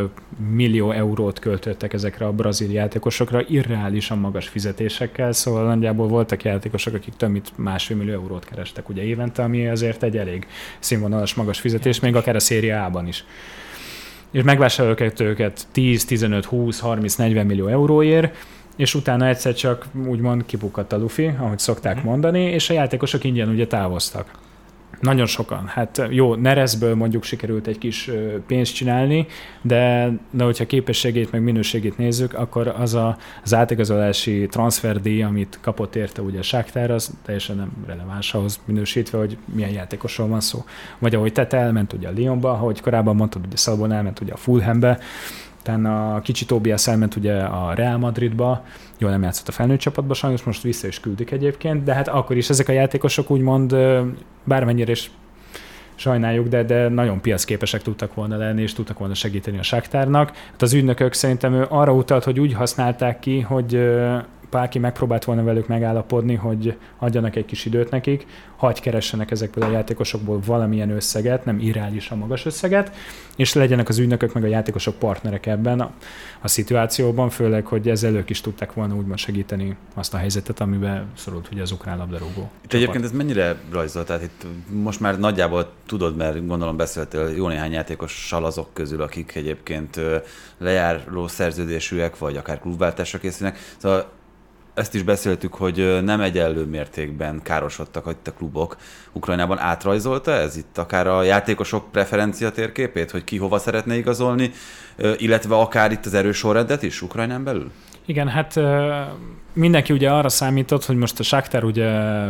Speaker 3: millió eurót költöttek ezekre a brazil játékosokra, irreálisan magas fizetésekkel, szóval nagyjából voltak játékosok, akik több mint másfél millió eurót kerestek ugye évente, ami azért egy elég színvonalas magas fizetés, még akár a Serie A-ban is. És megvásárolják őket tíz, tizenöt, húsz, harminc, negyven millió euróért, és utána egyszer csak úgymond kipukkadt a lufi, ahogy szokták mondani, és a játékosok ingyen ugye távoztak. Nagyon sokan. Hát jó, Nerezből mondjuk sikerült egy kis pénzt csinálni, de, de hogyha képességét meg minőségét nézzük, akkor az a, az átigazolási transferdíj, amit kapott érte ugye a Shakhtar, az teljesen nem releváns ahhoz minősítve, hogy milyen játékosról van szó. Vagy ahogy Tete elment ugye a Lyonba, ahogy korábban mondtad, ugye Szabon elment ugye a Fulhambe, utána a kicsi Tobias elment ugye a Real Madridba, jól nem játszott a felnőtt csapatba, sajnos most vissza is küldik egyébként, de hát akkor is ezek a játékosok úgymond bármennyire is sajnáljuk, de, de nagyon piacképesek tudtak volna lenni, és tudtak volna segíteni a Shakhtarnak. Hát az ügynökök szerintem ő arra utalt, hogy úgy használták ki, hogy Pálki megpróbált volna velük megállapodni, hogy adjanak egy kis időt nekik, hagy keressenek ezekből a játékosokból valamilyen összeget, nem irreálisan magas összeget, és legyenek az ügynökök meg a játékosok partnerek ebben a, a szituációban, főleg, hogy ezzel ők is tudták volna úgymond segíteni azt a helyzetet, amiben szorult ugye az ukrán labdarúgó.
Speaker 4: Itt egyébként ez mennyire rajzol? Tehát itt most már nagyjából tudod, mert gondolom beszéltél jó néhány játékossal azok közül, akik egyébként lejáró szerződésűek, vagy akár klubváltásra készülnek. Szóval ezt is beszéltük, hogy nem egyenlő mértékben károsodtak itt a klubok. Ukrajnában átrajzolta ez itt akár a játékosok preferencia térképét, hogy ki hova szeretne igazolni, illetve akár itt az erős sorrendet is Ukrajnán belül?
Speaker 3: Igen, hát mindenki ugye arra számított, hogy most a Shakhtar ugye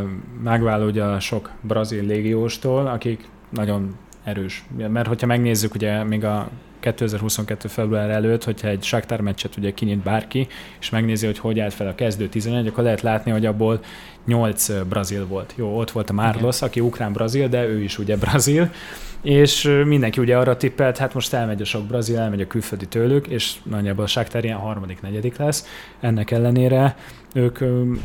Speaker 3: megvál ugye a sok brazil légióstól, akik nagyon erős. Mert hogyha megnézzük ugye még a kétezer-huszonkettő február előtt, hogyha egy Shakhtar meccset ugye kinyit bárki, és megnézi, hogy hogy állt fel a kezdő tizenegy, akkor lehet látni, hogy abból nyolc brazil volt. Jó, ott volt a Marlos, aki ukrán-brazil, de ő is ugye brazil, és mindenki ugye arra tippelt, hát most elmegy a sok brazil, elmegy a külföldi tőlük, és nagyjából a Shakhtar ilyen harmadik, negyedik lesz. Ennek ellenére ők,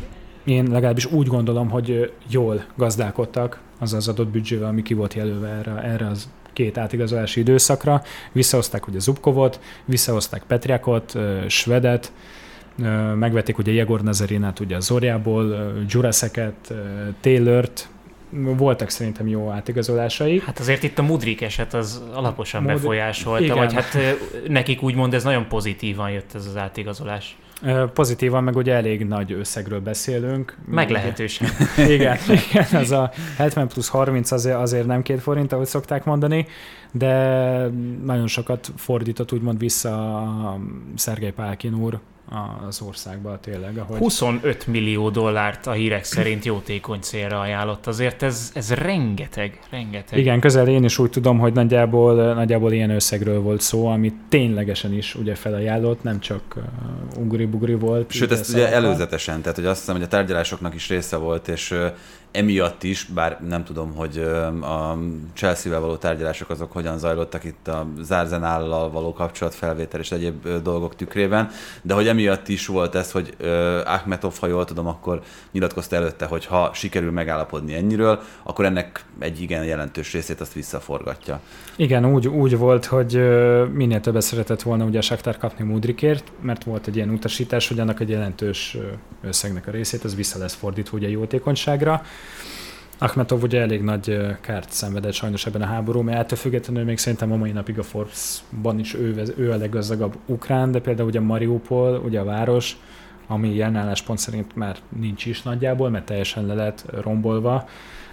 Speaker 3: én legalábbis úgy gondolom, hogy jól gazdálkodtak az az adott büdzsével, ami ki volt jelölve erre, erre az két átigazolási időszakra. Visszahozták ugye Zubkovot, visszahozták Petriakot, Svedet, megvették ugye Jegor Nazerinát ugye a Zorjából, Juraseket, Taylort, voltak szerintem jó átigazolásai.
Speaker 2: Hát azért itt a Mudryk eset az alaposan Mud... befolyásolta,
Speaker 3: Igen.
Speaker 2: vagy hát nekik úgymond ez nagyon pozitívan jött ez az átigazolás.
Speaker 3: Pozitívan, meg ugye elég nagy összegről beszélünk.
Speaker 2: Meglehetősen.
Speaker 3: Igen, igen, az a hetven plusz harminc azért, azért nem két forint, ahogy szokták mondani, de nagyon sokat fordított úgymond vissza a Szergej Pálkin úr az országba tényleg. Ahogy...
Speaker 2: huszonöt millió dollárt a hírek szerint jótékony célra ajánlott. Azért ez, ez rengeteg, rengeteg.
Speaker 3: Igen, közel én is úgy tudom, hogy nagyjából, nagyjából ilyen összegről volt szó, ami ténylegesen is ugye felajánlott, nem csak uh, ugri-bugri volt.
Speaker 4: Sőt, ezt ugye előzetesen, tehát hogy azt hiszem, hogy a tárgyalásoknak is része volt, és uh, emiatt is, bár nem tudom, hogy uh, a Chelsea-vel való tárgyalások azok hogyan zajlottak itt a Arsenallal való kapcsolatfelvétel és egyéb uh, dolgok tükrében, de hogy emiatt is volt ez, hogy uh, Akhmetov, ha jól tudom, akkor nyilatkozta előtte, hogy ha sikerül megállapodni ennyiről, akkor ennek egy igen jelentős részét azt visszaforgatja.
Speaker 3: Igen, úgy, úgy volt, hogy uh, minél többet szeretett volna ugye a Shakhtar kapni Mudrykért, mert volt egy ilyen utasítás, hogy annak egy jelentős összegnek a részét, az vissza lesz fordítva ugye jótékonyságra. Akhmetov ugye elég nagy kárt szenvedett sajnos ebben a háború, mert ettől függetlenül még szerintem a mai napig a Forbes-ban is ő, ő a leggazdagabb ukrán, de például ugye Mariupol, ugye a város, ami jelen álláspont szerint már nincs is nagyjából, mert teljesen le lett rombolva.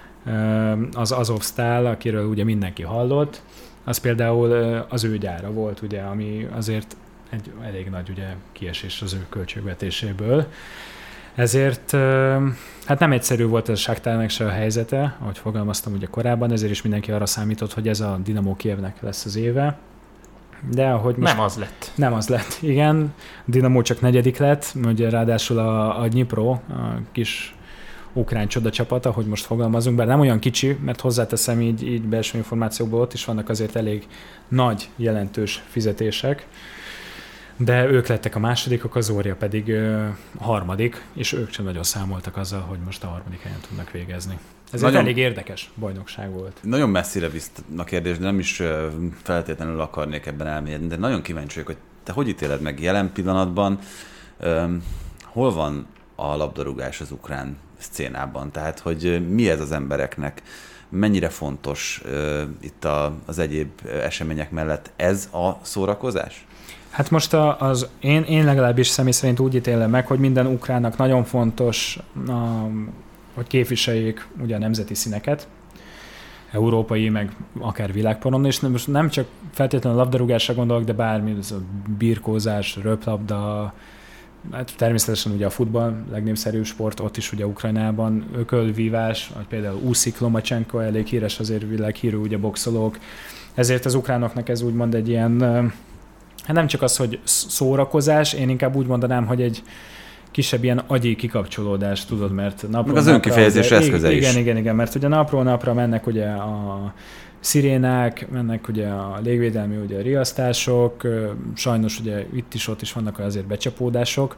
Speaker 3: Az Azovstal, akiről ugye mindenki hallott, az például az ő gyára volt, ugye, ami azért egy elég nagy ugye, kiesés az ő költségvetéséből. Ezért hát nem egyszerű volt ez a Shakhtarnak se a helyzete, ahogy fogalmaztam ugye korábban, ezért is mindenki arra számított, hogy ez a Dinamo Kijevnek lesz az éve. De ahogy most
Speaker 2: nem az lett.
Speaker 3: Nem az lett, igen. Dinamo csak negyedik lett, ugye ráadásul a, a Dnipro, a kis ukrán csodacsapata, ahogy most fogalmazunk, bár nem olyan kicsi, mert hozzáteszem így, így belső információkból ott is vannak azért elég nagy, jelentős fizetések, de ők lettek a másodikok, a Zorya pedig ö, a harmadik, és ők sem nagyon számoltak azzal, hogy most a harmadik helyen tudnak végezni. Ez nagyon, egy elég érdekes bajnokság volt.
Speaker 4: Nagyon messzire visz a kérdés, de nem is feltétlenül akarnék ebben elmélyedni, de nagyon kíváncsi vagyok, hogy te hogy ítéled meg jelen pillanatban, öm, hol van a labdarúgás az ukrán szcénában? Tehát, hogy mi ez az embereknek? Mennyire fontos uh, itt a, az egyéb események mellett ez a szórakozás?
Speaker 3: Hát most az, én, én legalábbis személy szerint úgy ítélem meg, hogy minden ukránnak nagyon fontos, a, hogy képviseljék ugye a nemzeti színeket, európai, meg akár világporon, és most nem csak feltétlenül a labdarúgásra gondolok, de bármi, ez a birkózás, röplabda, hát természetesen ugye a futball legnépszerűbb sport, ott is ugye Ukrajnában ökölvívás, vagy például Usyk Lomachenko, elég híres azért világhírű ugye boxolók, ezért az ukránoknak ez úgymond egy ilyen, hát nem csak az, hogy szórakozás, én inkább úgy mondanám, hogy egy kisebb ilyen agyi kikapcsolódás, tudod, mert napról
Speaker 4: az
Speaker 3: napra...
Speaker 4: önkifejezés eszköze is.
Speaker 3: Igen, igen, igen, mert ugye napról napra mennek ugye a szirénák, mennek ugye a légvédelmi ugye riasztások, sajnos ugye itt is ott is vannak azért becsapódások,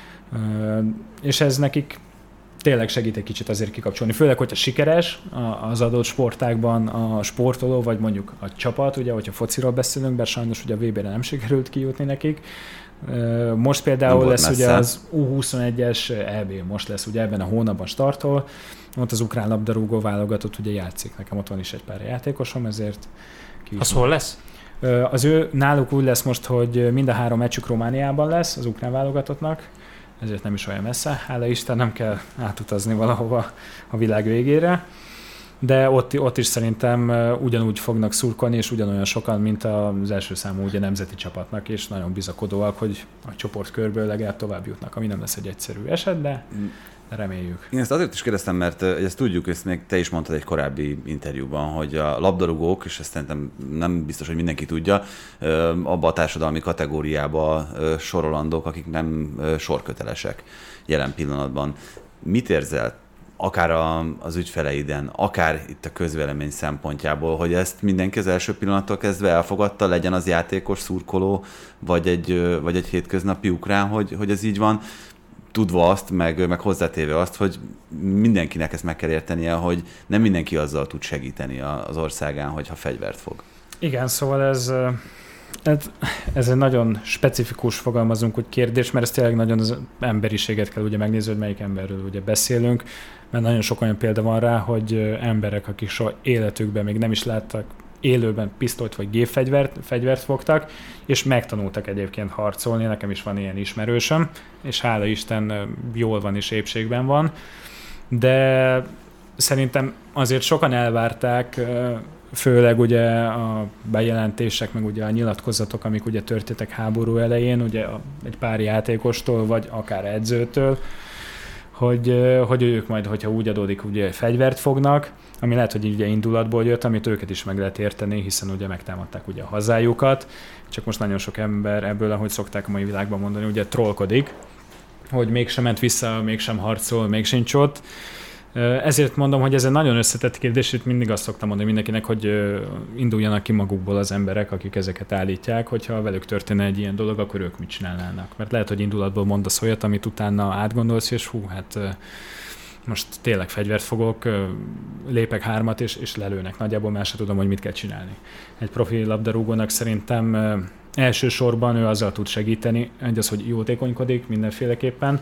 Speaker 3: és ez nekik tényleg segít egy kicsit azért kikapcsolni, főleg, hogyha sikeres az adott sportágban a sportoló, vagy mondjuk a csapat, ugye, hogyha fociról beszélünk, bár sajnos ugye a vé bére nem sikerült kijutni nekik. Most például lesz messze. Ugye az U huszonegyes é bé, most lesz ugye ebben a hónapban startol, ott az ukrán labdarúgó válogatott ugye játszik, nekem ott van is egy pár játékosom, ezért ki is
Speaker 2: az hol lesz?
Speaker 3: Az ő náluk úgy lesz most, hogy mind a három meccsük Romániában lesz, az ukrán válogatottnak, ezért nem is olyan messze. Hála Isten, nem kell átutazni valahova a világ végére. De ott, ott is szerintem ugyanúgy fognak szurkolni, és ugyanolyan sokan, mint az első számú ugye nemzeti csapatnak, és nagyon bizakodóak, hogy a csoportkörből legalább tovább jutnak, ami nem lesz egy egyszerű eset, de reméljük.
Speaker 4: Én ezt azért is kérdeztem, mert ezt tudjuk, ezt még te is mondtad egy korábbi interjúban, hogy a labdarúgók, és ezt szerintem nem biztos, hogy mindenki tudja, abba a társadalmi kategóriába sorolandók, akik nem sorkötelesek jelen pillanatban. Mit érzel? Akár a, az ügyfeleiden, akár itt a közvélemény szempontjából, hogy ezt mindenki az első pillanattól kezdve elfogadta, legyen az játékos, szurkoló, vagy egy, vagy egy hétköznapi ukrán, hogy, hogy ez így van, tudva azt, meg, meg hozzátéve azt, hogy mindenkinek ezt meg kell értenie, hogy nem mindenki azzal tud segíteni az országán, hogyha fegyvert fog.
Speaker 3: Igen, szóval ez... Ez, ez egy nagyon specifikus, fogalmazunk, hogy kérdés, mert ez tényleg nagyon az emberiséget kell ugye megnézni, hogy melyik emberről ugye beszélünk, mert nagyon sok olyan példa van rá, hogy emberek, akik soha életükben még nem is láttak élőben pisztolyt vagy gépfegyvert fegyvert fogtak, és megtanultak egyébként harcolni, nekem is van ilyen ismerősöm, és hála Isten jól van és épségben van, de szerintem azért sokan elvárták, főleg ugye a bejelentések, meg ugye a nyilatkozatok, amik ugye történtek háború elején, ugye egy pár játékostól, vagy akár edzőtől, hogy, hogy ők majd, hogyha úgy adódik, ugye fegyvert fognak, ami lehet, hogy ugye indulatból jött, amit őket is meg lehet érteni, hiszen ugye megtámadták ugye a hazájukat, csak most nagyon sok ember ebből, ahogy szokták a mai világban mondani, ugye trollkodik, hogy mégsem ment vissza, mégsem harcol, még sincs ott. Ezért mondom, hogy ez egy nagyon összetett kérdés, itt mindig azt szoktam mondani mindenkinek, hogy induljanak ki magukból az emberek, akik ezeket állítják, hogyha velük történne egy ilyen dolog, akkor ők mit csinálnának. Mert lehet, hogy indulatból mondasz olyat, amit utána átgondolsz, és hú, hát most tényleg fegyvert fogok, lépek hármat, és, és lelőnek. Nagyjából már sem tudom, hogy mit kell csinálni. Egy profi labdarúgónak szerintem elsősorban ő azzal tud segíteni, egy az, hogy jótékonykodik mindenféleképpen.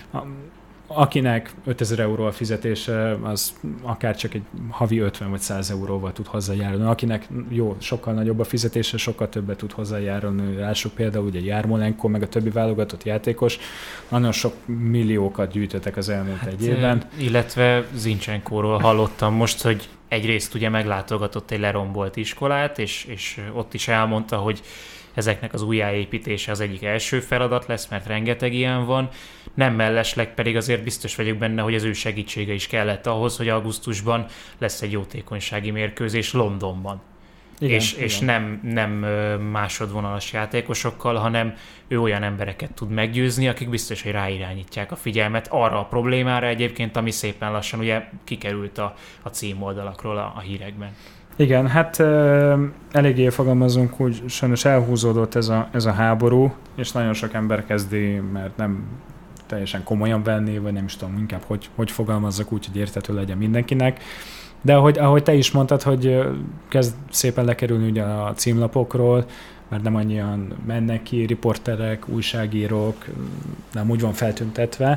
Speaker 3: Akinek ötezer euró a fizetése, az akár csak egy havi ötven vagy száz euróval tud hozzájárulni. Akinek jó, sokkal nagyobb a fizetése, sokkal többet tud hozzájárulni. Lássuk például ugye Jarmolenko, meg a többi válogatott játékos. Nagyon sok milliókat gyűjtöttek az elmúlt hát, egy évben.
Speaker 2: Illetve Zincsenkóról hallottam most, hogy egyrészt ugye meglátogatott egy lerombolt iskolát, és, és ott is elmondta, hogy ezeknek az újjáépítése az egyik első feladat lesz, mert rengeteg ilyen van. Nem mellesleg pedig azért biztos vagyok benne, hogy az ő segítsége is kellett ahhoz, hogy augusztusban lesz egy jótékonysági mérkőzés Londonban. Igen, és igen. és nem, nem másodvonalas játékosokkal, hanem ő olyan embereket tud meggyőzni, akik biztos, hogy ráirányítják a figyelmet arra a problémára egyébként, ami szépen lassan ugye kikerült a, a címoldalakról a, a hírekben.
Speaker 3: Igen, hát uh, eléggé fogalmazunk, úgy sajnos elhúzódott ez a, ez a háború, és nagyon sok ember kezdi, mert nem teljesen komolyan venni, vagy nem is tudom inkább, hogy, hogy fogalmazzak úgy, hogy érthető legyen mindenkinek. De ahogy, ahogy te is mondtad, hogy kezd szépen lekerülni ugye a címlapokról, mert nem annyian mennek ki, riporterek, újságírók, nem úgy van feltüntetve.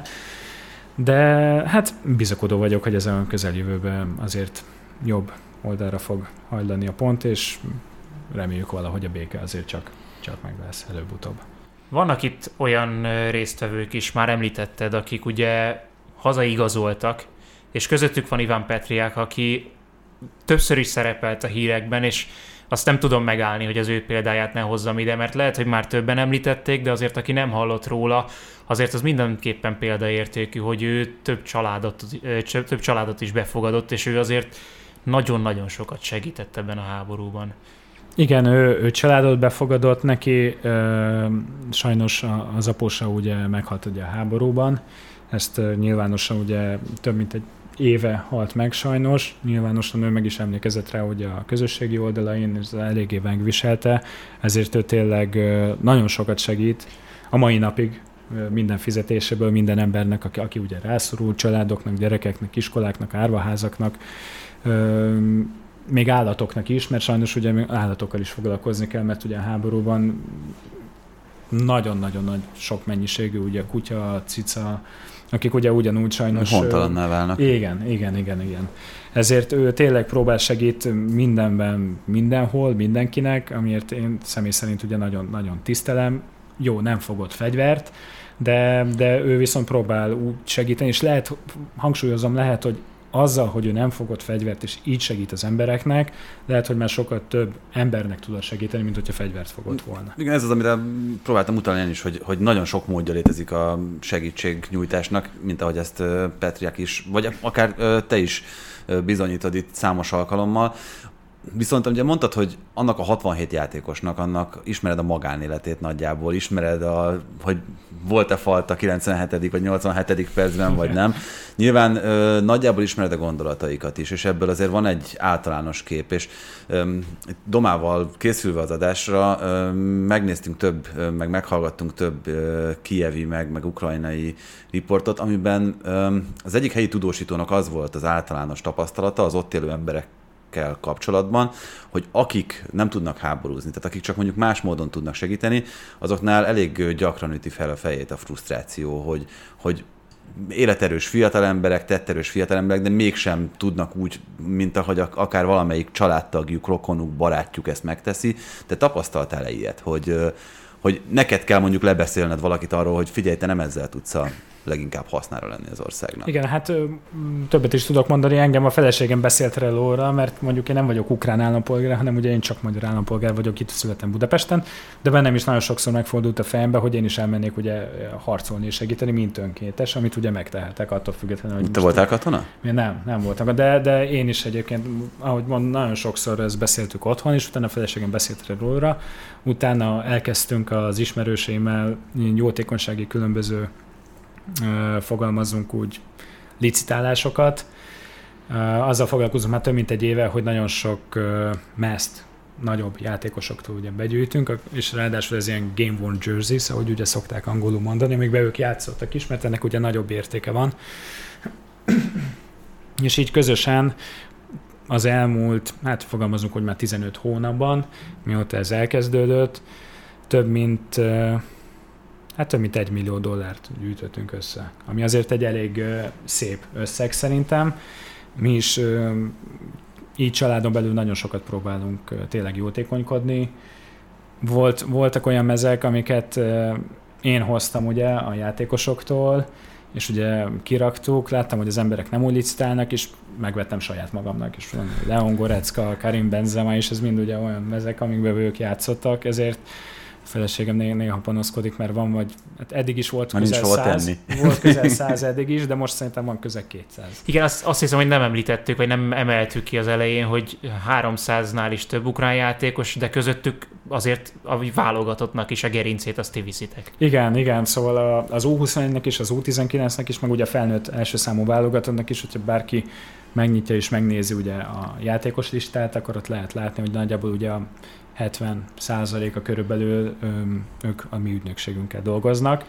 Speaker 3: De hát bizakodó vagyok, hogy ez a közeljövőben azért jobb oldalra fog hajlani a pont, és reméljük valahogy a béke azért csak, csak meg lesz előbb-utóbb.
Speaker 2: Vannak itt olyan résztvevők is, már említetted, akik ugye hazaigazoltak, és közöttük van Ivan Petriák, aki többször is szerepelt a hírekben, és azt nem tudom megállni, hogy az ő példáját ne hozzam ide, mert lehet, hogy már többen említették, de azért, aki nem hallott róla, azért az mindenképpen példaértékű, hogy ő több családot, több családot is befogadott, és ő azért nagyon-nagyon sokat segített ebben a háborúban.
Speaker 3: Igen, ő, ő családot befogadott neki, ö, sajnos az apósa ugye meghalt ugye a háborúban, ezt ö, nyilvánosan ugye több mint egy éve halt meg sajnos, nyilvánosan ő meg is emlékezett rá ugye a közösségi oldalain, és eléggé megviselte, ezért ő tényleg ö, nagyon sokat segít a mai napig, ö, minden fizetéséből, minden embernek, aki, aki ugye rászorul, családoknak, gyerekeknek, iskoláknak, árvaházaknak, ö, még állatoknak is, mert sajnos ugye állatokkal is foglalkozni kell, mert ugye a háborúban nagyon-nagyon nagy sok mennyiségű ugye kutya, cica, akik ugye ugyanúgy sajnos...
Speaker 4: Hontalanná válnak.
Speaker 3: Igen, igen, igen, igen. Ezért ő tényleg próbál segít mindenben, mindenhol, mindenkinek, amiért én személy szerint ugye nagyon, nagyon tisztelem. jó, nem fogott fegyvert, de, de ő viszont próbál úgy segíteni, és lehet, hangsúlyozom, lehet, hogy azzal, hogy ő nem fogott fegyvert, és így segít az embereknek, lehet, hogy már sokkal több embernek tudod segíteni, mint hogyha fegyvert fogott volna.
Speaker 4: Igen, ez az, amire próbáltam utalni én is, hogy, hogy nagyon sok módja létezik a segítségnyújtásnak, mint ahogy ezt Petriák is, vagy akár te is bizonyítod itt számos alkalommal. Viszont ugye mondtad, hogy annak a hatvanhét játékosnak, annak ismered a magánéletét nagyjából, ismered, a, hogy volt-e falt a kilencvenhetedik vagy nyolcvanhetedik percben, vagy nem. Nyilván ö, nagyjából ismered a gondolataikat is, és ebből azért van egy általános kép, és ö, Domával készülve az adásra ö, megnéztünk több, ö, meg meghallgattunk több ö, kijevi, meg, meg ukrajnai riportot, amiben ö, az egyik helyi tudósítónak az volt az általános tapasztalata az ott élő emberek kapcsolatban, hogy akik nem tudnak háborúzni, tehát akik csak mondjuk más módon tudnak segíteni, azoknál elég gyakran üti fel a fejét a frusztráció, hogy, hogy életerős fiatalemberek, tetterős fiatalemberek, de mégsem tudnak úgy, mint ahogy akár valamelyik családtagjuk, rokonuk, barátjuk ezt megteszi. Te tapasztaltál-e ilyet, hogy, hogy neked kell mondjuk lebeszélned valakit arról, hogy figyelj, te nem ezzel tudsz a leginkább hasznára lenni az országnak.
Speaker 3: Igen, hát többet is tudok mondani, engem a feleségem beszélt róla, mert mondjuk én nem vagyok ukrán állampolgár, hanem ugye én csak magyar állampolgár vagyok, itt születtem Budapesten, de bennem is nagyon sokszor megfordult a fejembe, hogy én is elmennék ugye harcolni és segíteni, mint önkéntes, amit ugye megtehetek, attól függetlenül, hogy
Speaker 4: te voltál katona?
Speaker 3: Nem, nem voltam, de, de én is egyébként, ahogy mondom, nagyon sokszor ezt beszéltük otthon, és utána a feleségem beszélt róla, utána elkezdtünk az ismerőseimmel jótékonysági különböző fogalmazunk úgy licitálásokat. Azzal foglalkozunk már több mint egy éve, hogy nagyon sok meszt nagyobb játékosoktól ugye begyűjtünk, és ráadásul ez ilyen game worn jerseys, ahogy ugye szokták angolul mondani, amikben ők játszottak is, mert ennek ugye nagyobb értéke van. És így közösen az elmúlt, hát fogalmazunk, hogy már tizenöt hónapban, mióta ez elkezdődött, több mint Hát több mint egy millió dollárt gyűjtöttünk össze, ami azért egy elég uh, szép összeg szerintem. Mi is uh, így családon belül nagyon sokat próbálunk uh, tényleg jótékonykodni. Volt, voltak olyan mezek, amiket uh, én hoztam ugye a játékosoktól, és ugye kiraktuk, láttam, hogy az emberek nem úgy licitálnak, és megvettem saját magamnak, és Leon Goretzka, Karim Benzema, és ez mind ugye olyan mezek, amikben ők játszottak, ezért a feleségem néha panaszkodik, mert van vagy, hát eddig is volt közel száz, volt közel száz eddig is, de most szerintem van közel kétszáz.
Speaker 2: Igen, azt, azt hiszem, hogy nem említettük, vagy nem emeltük ki az elején, hogy háromszáznál is több ukrán játékos, de közöttük azért a válogatottnak is a gerincét azt ti viszitek.
Speaker 3: Igen, igen, szóval az U huszonegynek is, az U tizenkilencnek is, meg ugye a felnőtt első számú válogatottnak is, hogyha bárki megnyitja és megnézi ugye a játékos listát, akkor ott lehet látni, hogy nagyjából ugye a hetven százaléka körülbelül öm, ők a mi ügynökségünkkel dolgoznak,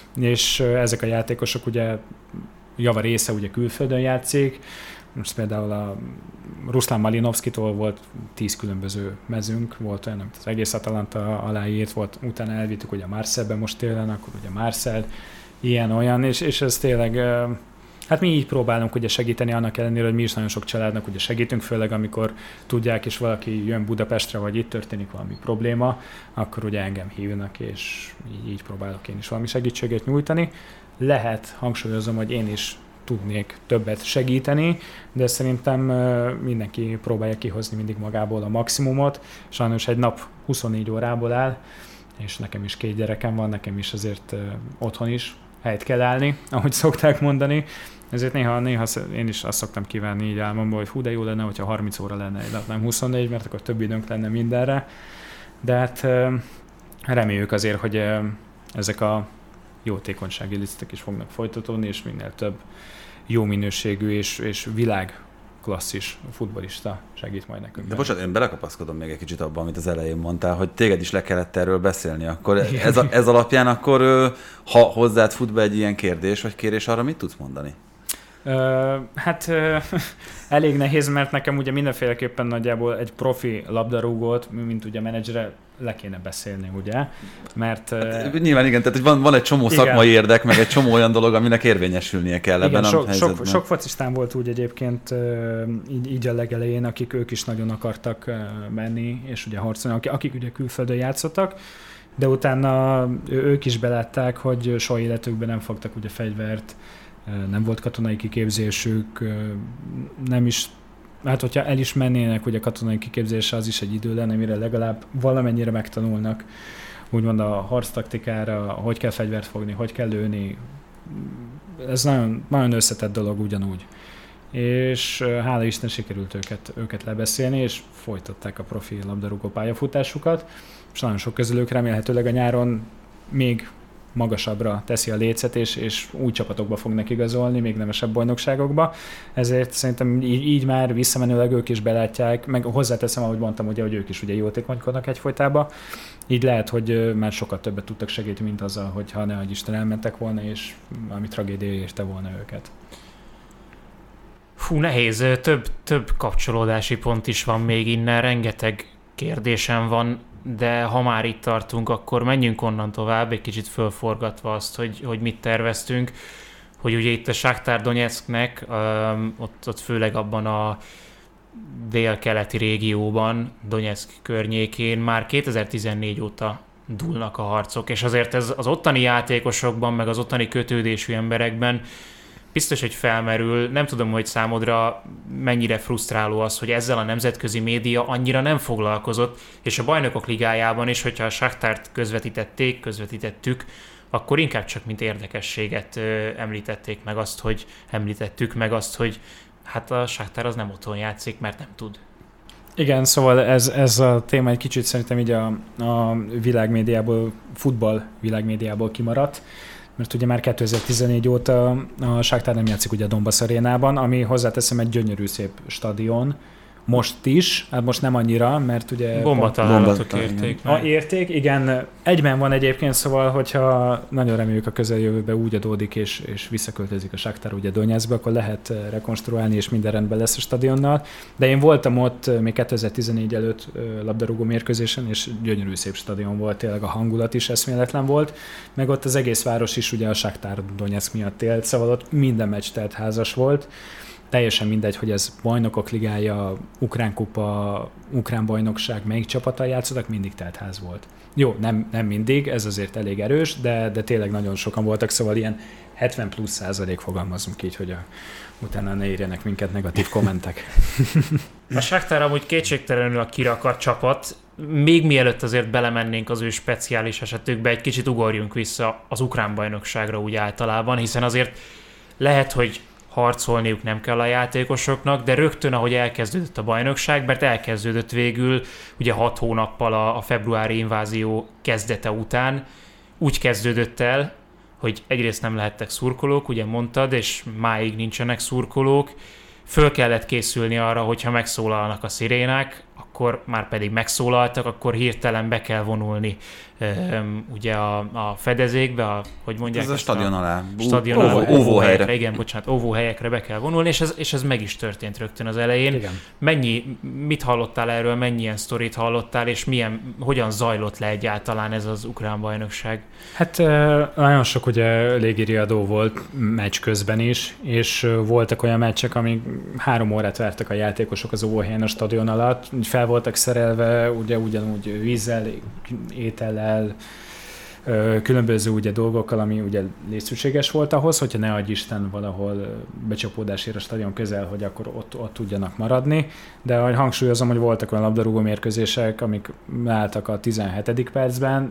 Speaker 3: és ezek a játékosok ugye java része ugye külföldön játszik, most például a Ruslan Malinovskitól volt tíz különböző mezünk, volt olyan, amit az egész Atalanta aláírt, volt, utána elvittük ugye a Marseille-be most télen, akkor ugye Marseille, ilyen-olyan, és, és ez tényleg, hát mi így próbálunk ugye segíteni annak ellenére, hogy mi is nagyon sok családnak ugye segítünk, főleg amikor tudják, és valaki jön Budapestre, vagy itt történik valami probléma, akkor ugye engem hívnak, és így, így próbálok én is valami segítséget nyújtani. Lehet, hangsúlyozom, hogy én is tudnék többet segíteni, de szerintem mindenki próbálja kihozni mindig magából a maximumot. Sajnos egy nap huszonnégy órából áll, és nekem is két gyerekem van, nekem is azért otthon is helyt kell állni, ahogy szokták mondani. Ezért néha, néha én is azt szoktam kívánni így álmomból, hogy hú, de jó lenne, hogyha harminc óra lenne egy nap, nem huszonnégy, mert akkor több időnk lenne mindenre. De hát reméljük azért, hogy ezek a jótékonysági lisztek is fognak folytatódni, és minél több jó minőségű és, és világ klasszis futballista segít majd nekünk.
Speaker 4: De bocsánat, én belekapaszkodom még egy kicsit abban, amit az elején mondtál, hogy téged is le kellett erről beszélni. Akkor ez, a, ez alapján akkor, ha hozzád fut be egy ilyen kérdés vagy kérés, arra mit tudsz mondani?
Speaker 3: Uh, hát uh, elég nehéz, mert nekem ugye mindenféleképpen nagyjából egy profi labdarúgót, mint ugye menedzsere le kéne beszélni, ugye? Mert... Uh,
Speaker 4: hát, nyilván igen, tehát van, van egy csomó igen. szakmai érdek, meg egy csomó olyan dolog, aminek érvényesülnie kell igen, ebben
Speaker 3: sok,
Speaker 4: a helyzetben.
Speaker 3: Sok, sok focistán volt úgy egyébként uh, így, így a legelején, akik ők is nagyon akartak uh, menni, és ugye harcolni, akik ugye külföldön játszottak, de utána ők is belátták, hogy soha életükben nem fogtak ugye fegyvert, nem volt katonai kiképzésük, nem is, hát hogyha el is mennének ugye katonai kiképzésre, az is egy idő lenne, mire legalább valamennyire megtanulnak úgymond a harctaktikára, hogy kell fegyvert fogni, hogy kell lőni. Ez nagyon, nagyon összetett dolog ugyanúgy. És hála Isten sikerült őket, őket lebeszélni, és folytatták a profi labdarúgó pályafutásukat, és nagyon sok közülük remélhetőleg a nyáron még magasabbra teszi a lécet, és, és új csapatokba fognak igazolni, még nemesebb bajnokságokba. Ezért szerintem így, így már visszamenőleg ők is belátják, meg hozzáteszem, ahogy mondtam, ugye, hogy ők is ugye jótékonykodnak egyfolytában. Így lehet, hogy már sokkal többet tudtak segíteni, mint azzal, hogyha ne adj Isten elmentek volna, és valami tragédia érte volna őket.
Speaker 2: Fú, nehéz. Több, több kapcsolódási pont is van még innen, rengeteg kérdésem van, de ha már itt tartunk, akkor menjünk onnan tovább, egy kicsit fölforgatva azt, hogy, hogy mit terveztünk, hogy ugye itt a Shakhtar Donetsknek, ott, ott főleg abban a dél-keleti régióban, Donetsk környékén már kétezer-tizennégy óta dúlnak a harcok, és azért ez az ottani játékosokban, meg az ottani kötődésű emberekben biztos, hogy felmerül. Nem tudom, hogy számodra mennyire frusztráló az, hogy ezzel a nemzetközi média annyira nem foglalkozott, és a Bajnokok Ligájában is, hogyha a Shakhtart közvetítették, közvetítettük, akkor inkább csak mint érdekességet ö, említették meg azt, hogy említettük meg azt, hogy hát a Shakhtar az nem otthon játszik, mert nem tud.
Speaker 3: Igen, szóval ez, ez a téma egy kicsit szerintem így a, a világmédiából, futball világmédiából kimaradt, mert ugye már kétezer-tizennégy óta a Shakhtar nem játszik ugye a Donbass arénában, ami hozzáteszem egy gyönyörű szép stadion, most is, hát most nem annyira, mert ugye...
Speaker 2: Bombatalálatok érték.
Speaker 3: A érték, igen, egyben van egyébként, szóval, hogyha nagyon reméljük a közeljövőben úgy adódik, és, és visszaköltözik a Shakhtar ugye Donetskbe, akkor lehet rekonstruálni, és minden rendben lesz a stadionnal. De én voltam ott még kétezer-tizennégy előtt labdarúgó mérkőzésen, és gyönyörű szép stadion volt, tényleg a hangulat is eszméletlen volt, meg ott az egész város is ugye a Shakhtar Donetsk miatt élt, szóval ott minden meccs teltházas volt. Teljesen mindegy, hogy ez Bajnokok Ligája, Ukrán Kupa, Ukrán Bajnokság, melyik csapattal játszottak, mindig teltház volt. Jó, nem, nem mindig, ez azért elég erős, de, de tényleg nagyon sokan voltak, szóval ilyen hetven plusz százalék, fogalmazunk így, hogy a, utána ne írjenek minket negatív kommentek.
Speaker 2: A Shakhtar amúgy kétségtelenül a kirakat csapat. Még mielőtt azért belemennénk az ő speciális esetükbe, egy kicsit ugorjunk vissza az Ukrán Bajnokságra úgy általában, hiszen azért lehet, hogy harcolniuk nem kell a játékosoknak, de rögtön, ahogy elkezdődött a bajnokság, mert elkezdődött végül ugye hat hónappal a, a februári invázió kezdete után, úgy kezdődött el, hogy egyrészt nem lehettek szurkolók, ugye mondtad, és máig nincsenek szurkolók, föl kellett készülni arra, hogyha megszólalnak a szirénák, akkor már pedig megszólaltak, akkor hirtelen be kell vonulni um, ugye a, a fedezékbe, a, hogy mondják
Speaker 4: ez a stadion a, alá.
Speaker 2: Stadion
Speaker 4: Óvó,
Speaker 2: alá.
Speaker 4: óvóhelyre.
Speaker 2: Igen, bocsánat, óvóhelyekre be kell vonulni, és ez, és ez meg is történt rögtön az elején.
Speaker 3: Igen.
Speaker 2: Mennyi, mit hallottál erről, mennyien sztorit hallottál, és milyen, hogyan zajlott le egyáltalán ez az ukrán bajnokság?
Speaker 3: Hát nagyon sok ugye légiriadó volt meccs közben is, és voltak olyan meccsek, amik három órát vártak a játékosok az óvóhelyen a stadion alatt, fel voltak szerelve, ugye ugyanúgy vízzel, étellel, különböző ugye dolgokkal, ami ugye létszükséges volt ahhoz, hogyha ne adj Isten valahol becsapódás ér a stadion közel, hogy akkor ott, ott tudjanak maradni. De ahogy hangsúlyozom, hogy voltak olyan labdarúgó mérkőzések, amik álltak a tizenhetedik percben,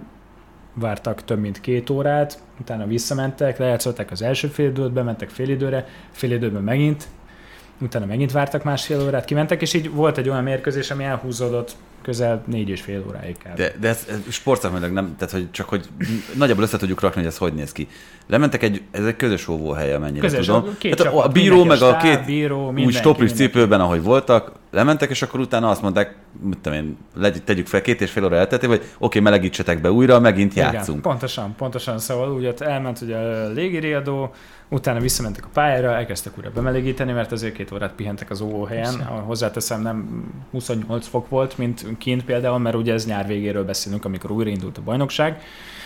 Speaker 3: vártak több mint két órát, utána visszamentek, lejátszották az első fél időt, bementek fél időre, fél időben megint, utána megint vártak másfél órát, kimentek, és így volt egy olyan mérkőzés, ami elhúzódott közel négy és fél óráig kell.
Speaker 4: De, de ez, ez sportszakmailag nem, tehát hogy csak hogy nagyjából össze tudjuk rakni, hogy ez hogy néz ki. Lementek egy, ez egy közös óvóhely, amennyire
Speaker 3: közös,
Speaker 4: tudom.
Speaker 3: A, két
Speaker 4: hát
Speaker 3: csapat,
Speaker 4: a bíró meg a két
Speaker 3: bíró,
Speaker 4: úgy stoplis cipőben, ahogy voltak, lementek, és akkor utána azt mondták, mit tudom én, tegyük fel, két és fél óra elteltél, hogy oké, okay, melegítsetek be újra, megint játszunk.
Speaker 3: Igen, pontosan, pontosan, szóval úgy ott elment ugye a légiriadó, utána visszamentek a pályára, elkezdtek újra bemelegíteni, mert azért két órát pihentek az óvóhelyen. Hozzáteszem, nem huszonnyolc fok volt, mint kint például, mert ugye ez nyár végéről beszélünk, amikor újraindult a bajnokság.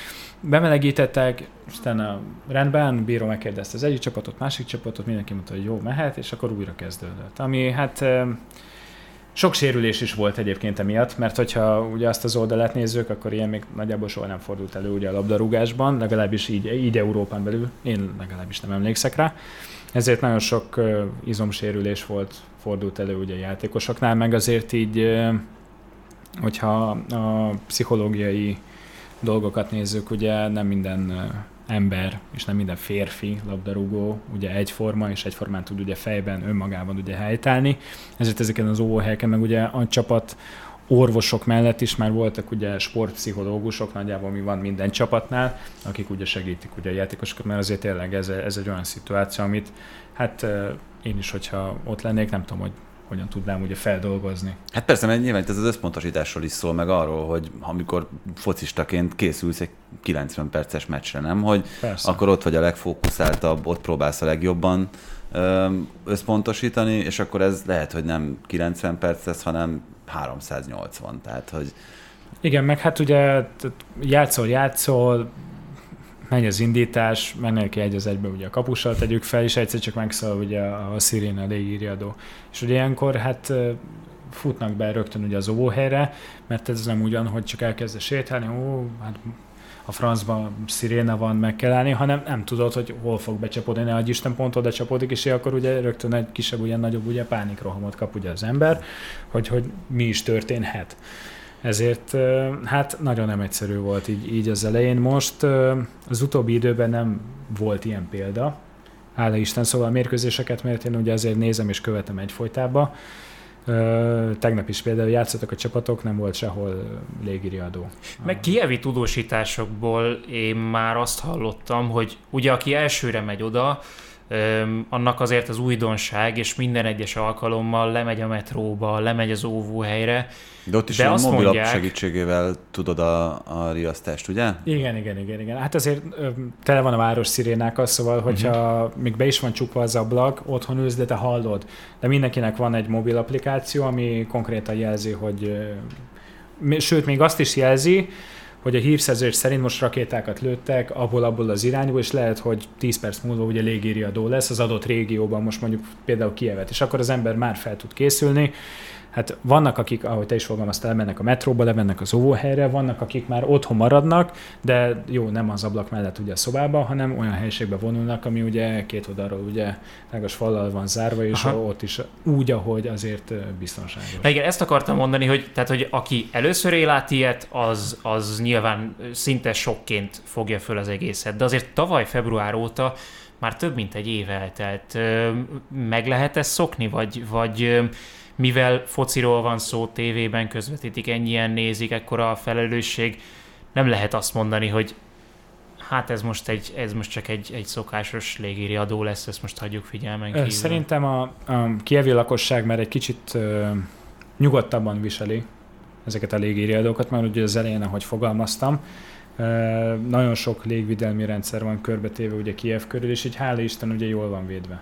Speaker 3: Bemelegítettek, aztán rendben, bíró megkérdezte az egyik csapatot, másik csapatot, mindenki mondta, hogy jó, mehet, és akkor újra kezdődött. Ami hát Sok sérülés is volt egyébként emiatt, mert hogyha ugye azt az oldalát nézzük, akkor ilyen még nagyjából soha nem fordult elő ugye a labdarúgásban, legalábbis így, így Európán belül, én legalábbis nem emlékszek rá. Ezért nagyon sok uh, izomsérülés volt, fordult elő ugye a játékosoknál, meg azért így, uh, hogyha a pszichológiai dolgokat nézzük, ugye nem minden uh, ember, és nem minden férfi labdarúgó ugye egyforma, és egyformán tud ugye fejben, önmagában ugye helytállni. Ezért ezeken az óvóhelyeken, meg ugye a csapat orvosok mellett is már voltak ugye sportpszichológusok, nagyjából mi van minden csapatnál, akik ugye segítik ugye a játékosokat, mert azért tényleg ez, ez egy olyan szituáció, amit hát én is, hogyha ott lennék, nem tudom, hogy hogyan tudnám ugye feldolgozni.
Speaker 4: Hát persze, mert nyilván ez az összpontosításról is szól, meg arról, hogy amikor focistaként készülsz egy kilencven perces meccsre, nem? Hogy persze. Akkor ott vagy a legfókuszáltabb, ott próbálsz a legjobban összpontosítani, és akkor ez lehet, hogy nem kilencven perc lesz, hanem háromszáznyolcvan, tehát hogy...
Speaker 3: Igen, meg hát ugye játszol, játszol, megy az indítás, mennél ki egy az egybe ugye a kapussal tegyük fel, és egyszer csak megszól ugye a, a sziréna, a légiriadó. És ugye ilyenkor hát futnak be rögtön ugye az óvóhelyre, mert ez nem ugyan, hogy csak elkezd sétálni, ó, hát a francban sziréna van, meg kell állni, hanem nem tudod, hogy hol fog becsapódni, ne adj Isten, pont oda csapódik, és akkor ugye rögtön egy kisebb, ugye nagyobb ugye pánikrohamot kap ugye az ember, hogy, hogy mi is történhet. Ezért hát nagyon nem egyszerű volt így, így az elején. Most az utóbbi időben nem volt ilyen példa, hála Isten, szóval a mérkőzéseket, mert én ugye azért nézem és követem egyfolytában. Tegnap is például játszottak a csapatok, nem volt sehol légiriadó.
Speaker 2: Meg kijevi tudósításokból én már azt hallottam, hogy ugye aki elsőre megy oda, Öm, annak azért az újdonság, és minden egyes alkalommal lemegy a metróba, lemegy az óvóhelyre.
Speaker 4: De ott is a mobilapp mondják... segítségével tudod a, a riasztást, ugye?
Speaker 3: Igen, igen, igen, igen. Hát azért ö, tele van a város szirénákkal, szóval, hogyha uh-huh. még be is van csukva az ablak, otthon ülsz, de te hallod. De mindenkinek van egy mobil applikáció, ami konkrétan jelzi, hogy... Ö, sőt, még azt is jelzi, hogy a hírszerzés szerint most rakétákat lőttek abból-abból az irányból, és lehet, hogy tíz perc múlva ugye légiriadó lesz az adott régióban, most mondjuk például Kijevet, és akkor az ember már fel tud készülni. Hát vannak, akik, ahogy te is fogalmaztál, elmennek a metróba, lemennek az óvóhelyre, vannak, akik már otthon maradnak, de jó, nem az ablak mellett ugye a szobában, hanem olyan helyiségbe vonulnak, ami ugye két oldalról ugye tágas fallal van zárva, és aha. ott is úgy, ahogy azért biztonságos.
Speaker 2: Na igen, ezt akartam mondani, hogy, tehát, hogy aki először él át ilyet, az, az nyilván szinte sokként fogja föl az egészet, de azért tavaly február óta már több mint egy év eltelt. Meg lehet ezt szokni, vagy, vagy mivel fociról van szó, tévében közvetítik, ennyien nézik, ekkora a felelősség, nem lehet azt mondani, hogy hát ez most, egy, ez most csak egy, egy szokásos légiriadó lesz, ezt most hagyjuk figyelmen kívül.
Speaker 3: Szerintem a, a kijevi lakosság már egy kicsit uh, nyugodtabban viseli ezeket a légiriadókat, mert ugye az elején, ahogy fogalmaztam, uh, nagyon sok légvédelmi rendszer van körbetéve ugye Kijev körül, és így hála Isten ugye jól van védve.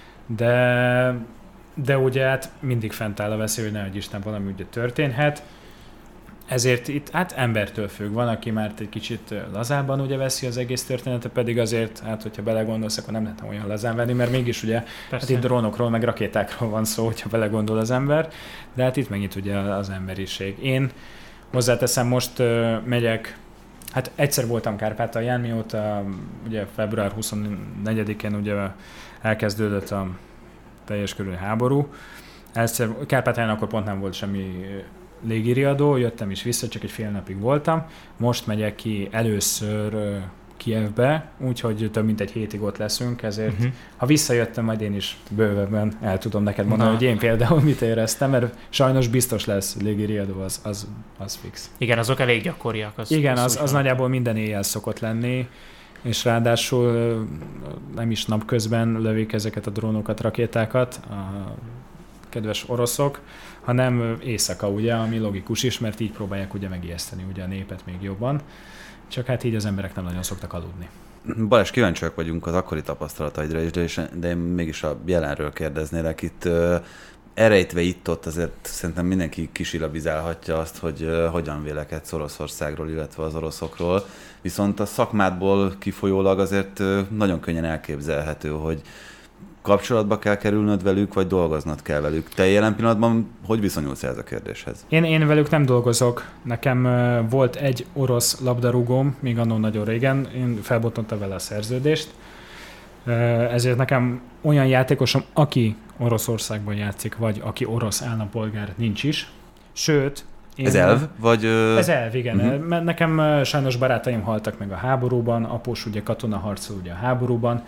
Speaker 3: De De ugye hát mindig fent áll a veszély, hogy nehogy Isten valami ugye történhet. Ezért itt hát embertől függ. Van, aki már egy kicsit lazában ugye veszi az egész történetet, pedig azért, hát hogyha belegondolsz, akkor nem lehet olyan lazán venni, mert mégis ugye hát itt drónokról, meg rakétákról van szó, hogyha belegondol az ember, de hát itt megint ugye az emberiség. Én hozzáteszem, most uh, megyek, hát egyszer voltam Kárpátalján, mióta ugye február huszonnegyedikén ugye elkezdődött a teljes körű háború. Egyszer Kárpátalján akkor pont nem volt semmi légiriadó, jöttem is vissza, csak egy fél napig voltam. Most megyek ki először Kijevbe, úgyhogy több mint egy hétig ott leszünk, ezért uh-huh. ha visszajöttem, majd én is bővebben el tudom neked mondani, Na. hogy én például mit éreztem, mert sajnos biztos lesz légiriadó, az, az, az fix.
Speaker 2: Igen, azok elég gyakoriak. Az,
Speaker 3: Igen, az, az, az nagyjából minden éjjel szokott lenni, és ráadásul nem is napközben lövik ezeket a drónokat, rakétákat a kedves oroszok, hanem éjszaka, ugye, ami logikus is, mert így próbálják ugye megijeszteni ugye a népet még jobban. Csak hát így az emberek nem nagyon szoktak aludni.
Speaker 4: Balázs, kíváncsiak vagyunk az akkori tapasztalataidra is, de én mégis a jelenről kérdeznélek. Itt uh, elrejtve itt-ott azért szerintem mindenki kisilabizálhatja azt, hogy uh, hogyan vélekedsz Oroszországról, illetve az oroszokról. Viszont a szakmádból kifolyólag azért uh, nagyon könnyen elképzelhető, hogy kapcsolatba kell kerülnöd velük, vagy dolgoznod kell velük? Te jelen pillanatban hogy viszonyulsz ez a kérdéshez?
Speaker 3: Én, én velük nem dolgozok. Nekem uh, volt egy orosz labdarúgóm, még annól nagyon régen, én felbontottam vele a szerződést. Uh, ezért nekem olyan játékosom, aki Oroszországban játszik, vagy aki orosz állampolgár, nincs is. Sőt, Én
Speaker 4: ez elv? Vagy,
Speaker 3: ez elv, igen. Uh-huh. Nekem sajnos barátaim haltak meg a háborúban, após ugye katonaharcol ugye a háborúban.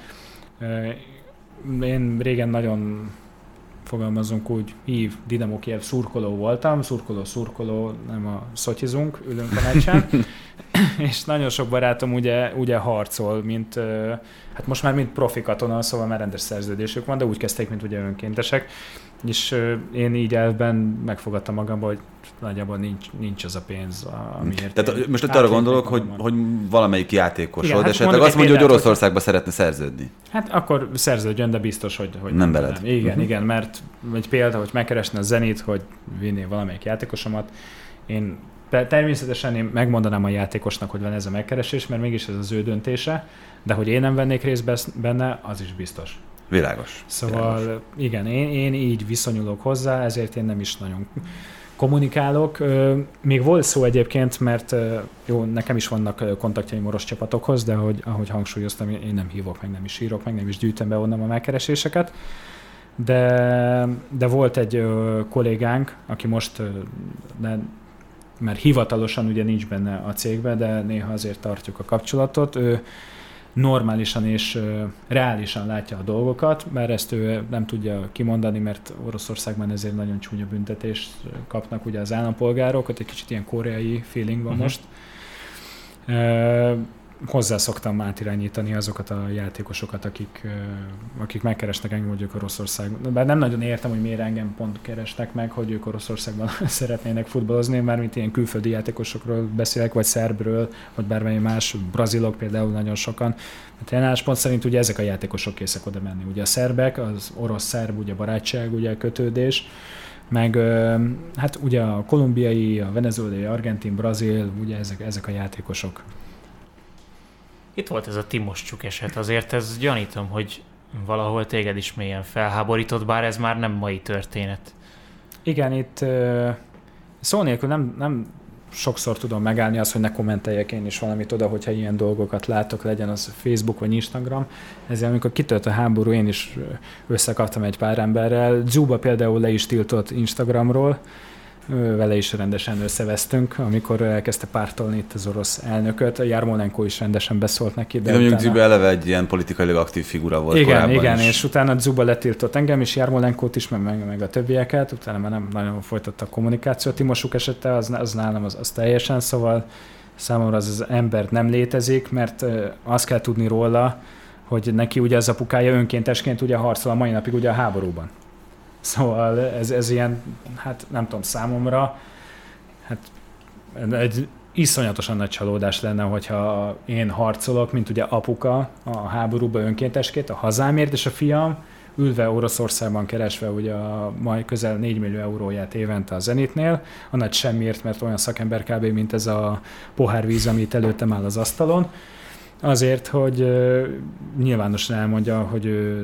Speaker 3: Én régen nagyon, fogalmazunk úgy, hív Dinamo Kijev szurkoló voltam, szurkoló-szurkoló, nem a szotyizunk, ülünk a meccsen. És nagyon sok barátom ugye, ugye harcol, mint, hát most már mint profi katona, szóval már rendes szerződésük van, de úgy kezdték, mint ugye önkéntesek. És én így elvben megfogadtam magamba, hogy nagyjából nincs, nincs az a pénz, amiért...
Speaker 4: Tehát most arra gondolok, hogy, hogy valamelyik játékosod
Speaker 3: hát
Speaker 4: esetleg azt mondja, hogy Oroszországba hogy... szeretne szerződni.
Speaker 3: Hát akkor szerződjön, de biztos, hogy, hogy
Speaker 4: nem veled. Nem.
Speaker 3: Igen, uh-huh. igen, mert egy példa, hogy megkeresne a Zenit, hogy vinné valamelyik játékosomat, én természetesen én megmondanám a játékosnak, hogy van ez a megkeresés, mert mégis ez az ő döntése, de hogy én nem vennék részt benne, az is biztos.
Speaker 4: Világos.
Speaker 3: Szóval
Speaker 4: Világos.
Speaker 3: igen, én, én így viszonyulok hozzá, ezért én nem is nagyon kommunikálok. Még volt szó egyébként, mert jó, nekem is vannak kontaktjaim orosz csapatokhoz, de hogy, ahogy hangsúlyoztam, én nem hívok, meg nem is írok, meg nem is gyűjtöm be onnan a megkereséseket. De, de volt egy kollégánk, aki most, de, mert hivatalosan ugye nincs benne a cégben, de néha azért tartjuk a kapcsolatot. Ő normálisan és uh, reálisan látja a dolgokat, mert ezt ő nem tudja kimondani, mert Oroszországban ezért nagyon csúnya büntetést kapnak ugye az állampolgárok, ott egy kicsit ilyen koreai feeling van uh-huh. most. Uh, hozzá szoktam átirányítani azokat a játékosokat, akik, uh, akik megkeresnek engem, hogy ők Oroszországban. Bár nem nagyon értem, hogy miért engem pont keresnek meg, hogy ők Oroszországban szeretnének futballozni, mármint ilyen külföldi játékosokról beszélek, vagy szerbről, vagy bármely más, brazilok például nagyon sokan. Hát ilyen álláspont szerint ugye ezek a játékosok készek oda menni. Ugye a szerbek, az orosz-szerb, ugye barátság, ugye kötődés, meg hát ugye a kolumbiai, a venezuelai, argentin, brazil, ugye ezek, ezek a játékosok.
Speaker 2: Itt volt ez a Timoscsuk eset, azért ez gyanítom, hogy valahol téged is mélyen felháborított, bár ez már nem mai történet.
Speaker 3: Igen, itt szó nélkül nem, nem sokszor tudom megállni azt, hogy ne kommenteljek én is valamit oda, hogyha ilyen dolgokat látok, legyen az Facebook vagy Instagram. Ezért amikor kitört a háború, én is összekaptam egy pár emberrel. Dzuba például le is tiltott Instagramról, vele is rendesen összevesztünk, amikor elkezdte pártolni itt az orosz elnököt. A Jarmolenko is rendesen beszólt neki. De
Speaker 4: mondjuk Dzuba eleve egy ilyen politikailag aktív figura volt
Speaker 3: igen,
Speaker 4: korábban
Speaker 3: igen,
Speaker 4: is.
Speaker 3: És utána Dzuba letiltott engem is, Jarmolenkót is, meg, meg a többieket, utána már nem nagyon folytatta a kommunikáció. Timosuk esete az, az nálam az, az teljesen, szóval számomra az, az ember nem létezik, mert azt kell tudni róla, hogy neki ugye az apukája önkéntesként ugye harcol a mai napig ugye a háborúban. Szóval ez, ez ilyen, hát nem tudom, számomra, hát egy iszonyatosan nagy csalódás lenne, hogyha én harcolok, mint ugye apuka a háborúba önkéntesként, a hazámért, és a fiam ülve Oroszországban keresve ugye a majd közel négy millió euróját évente a Zenitnél, a nagy semmiért, mert olyan szakember kb. Mint ez a pohárvíz, ami itt előttem áll az asztalon, azért, hogy uh, nyilvánosan elmondja, hogy ő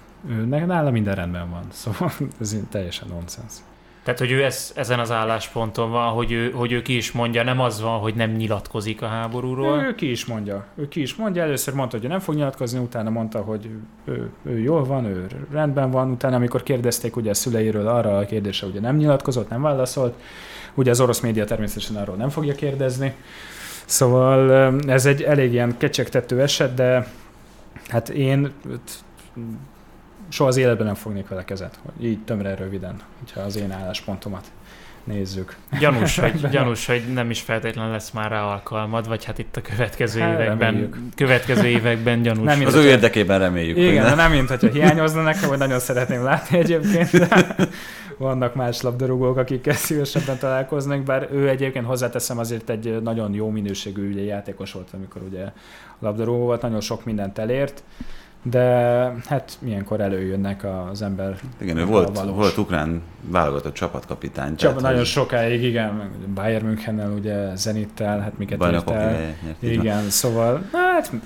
Speaker 3: nála minden rendben van. Szóval ez teljesen nonsens.
Speaker 2: Tehát, hogy ő ez, ezen az állásponton van, hogy ő, hogy ő ki is mondja, nem az van, hogy nem nyilatkozik a háborúról?
Speaker 3: Ő, ő ki is mondja. Ő ki is mondja. Először mondta, hogy nem fog nyilatkozni, utána mondta, hogy ő, ő jól van, ő rendben van. Utána, amikor kérdezték ugye a szüleiről arra a kérdésre, ugye nem nyilatkozott, nem válaszolt. Ugye az orosz média természetesen arról nem fogja kérdezni. Szóval ez egy elég ilyen kecsegtető eset, de hát én soha az életben nem fognék vele kezet, hogy így tömre röviden, hogyha az én álláspontomat nézzük.
Speaker 2: Gyanús, hogy, gyanús, hogy nem is feltétlenül lesz már rá alkalmad, vagy hát itt a következő hát, években, reméljük. következő években gyanús.
Speaker 4: Nem, az ő érdekében reméljük.
Speaker 3: Igen, de nem mint, hogyha hiányozna nekem, hogy nagyon szeretném látni egyébként. Vannak más labdarúgók, akikkel szívesebben találkoznak, bár ő egyébként hozzáteszem azért egy nagyon jó minőségű ugye, játékos volt, amikor ugye labdarúgó volt, nagyon sok mindent elért. De hát milyenkor előjönnek az ember.
Speaker 4: Igen, ő volt, volt ukrán válogatott csapatkapitány.
Speaker 3: Csapat nagyon sokáig, igen, Bayern Münchennel, ugye Zenittel, hát miket ért el. Igen, szóval hát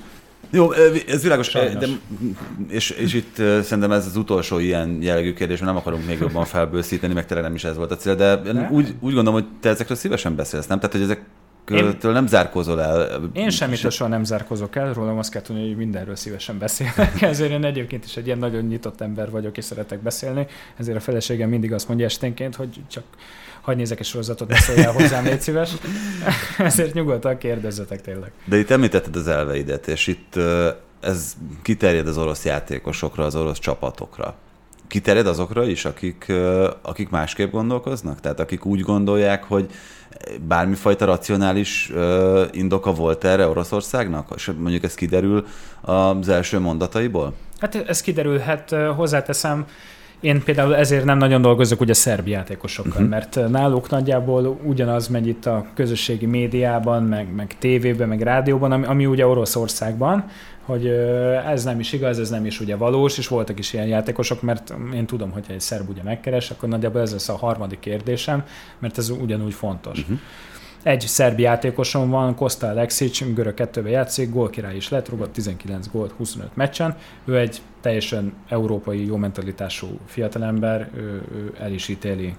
Speaker 4: Jó, ez világos, de, és, és itt szerintem ez az utolsó ilyen jellegű kérdés, mert nem akarunk még jobban felbőszíteni, meg tényleg nem is ez volt a cél, de úgy, úgy gondolom, hogy te ezekről szívesen beszélsz, nem? Tehát, hogy ezek Én, nem zárkózol el.
Speaker 3: Én semmitől soha nem zárkózok el, rólam azt kell tudni, hogy mindenről szívesen beszélek. Ezért én egyébként is egy ilyen nagyon nyitott ember vagyok, és szeretek beszélni. Ezért a feleségem mindig azt mondja esténként, hogy csak hadd nézek egy sorozatot, ne szóljál hozzám, légy szíves. Ezért nyugodtan kérdezzetek tényleg.
Speaker 4: De itt említetted az elveidet, és itt ez kiterjed az orosz játékosokra, az orosz csapatokra. Kiterjed azokra is, akik, akik másképp gondolkoznak? Tehát akik úgy gondolják, hogy bármifajta racionális indoka volt erre Oroszországnak? És mondjuk ez kiderül az első mondataiból?
Speaker 3: Hát ez kiderülhet, hozzáteszem. Én például ezért nem nagyon dolgozok ugye szerb játékosokkal, uh-huh. mert náluk nagyjából ugyanaz megy itt a közösségi médiában, meg, meg tévében, meg rádióban, ami, ami ugye Oroszországban, hogy ez nem is igaz, ez nem is ugye valós, és voltak is ilyen játékosok, mert én tudom, hogy egy szerb ugye megkeres, akkor nagyjából ez lesz a harmadik kérdésem, mert ez ugyanúgy fontos. Uh-huh. Egy szerb játékosom van, Kosta Aleksic, görög kettőbe játszik, gólkirály is lett, rúgott tizenkilenc gólt huszonöt meccsen. Ő egy teljesen európai, jó mentalitású fiatalember, ő, ő el is ítéli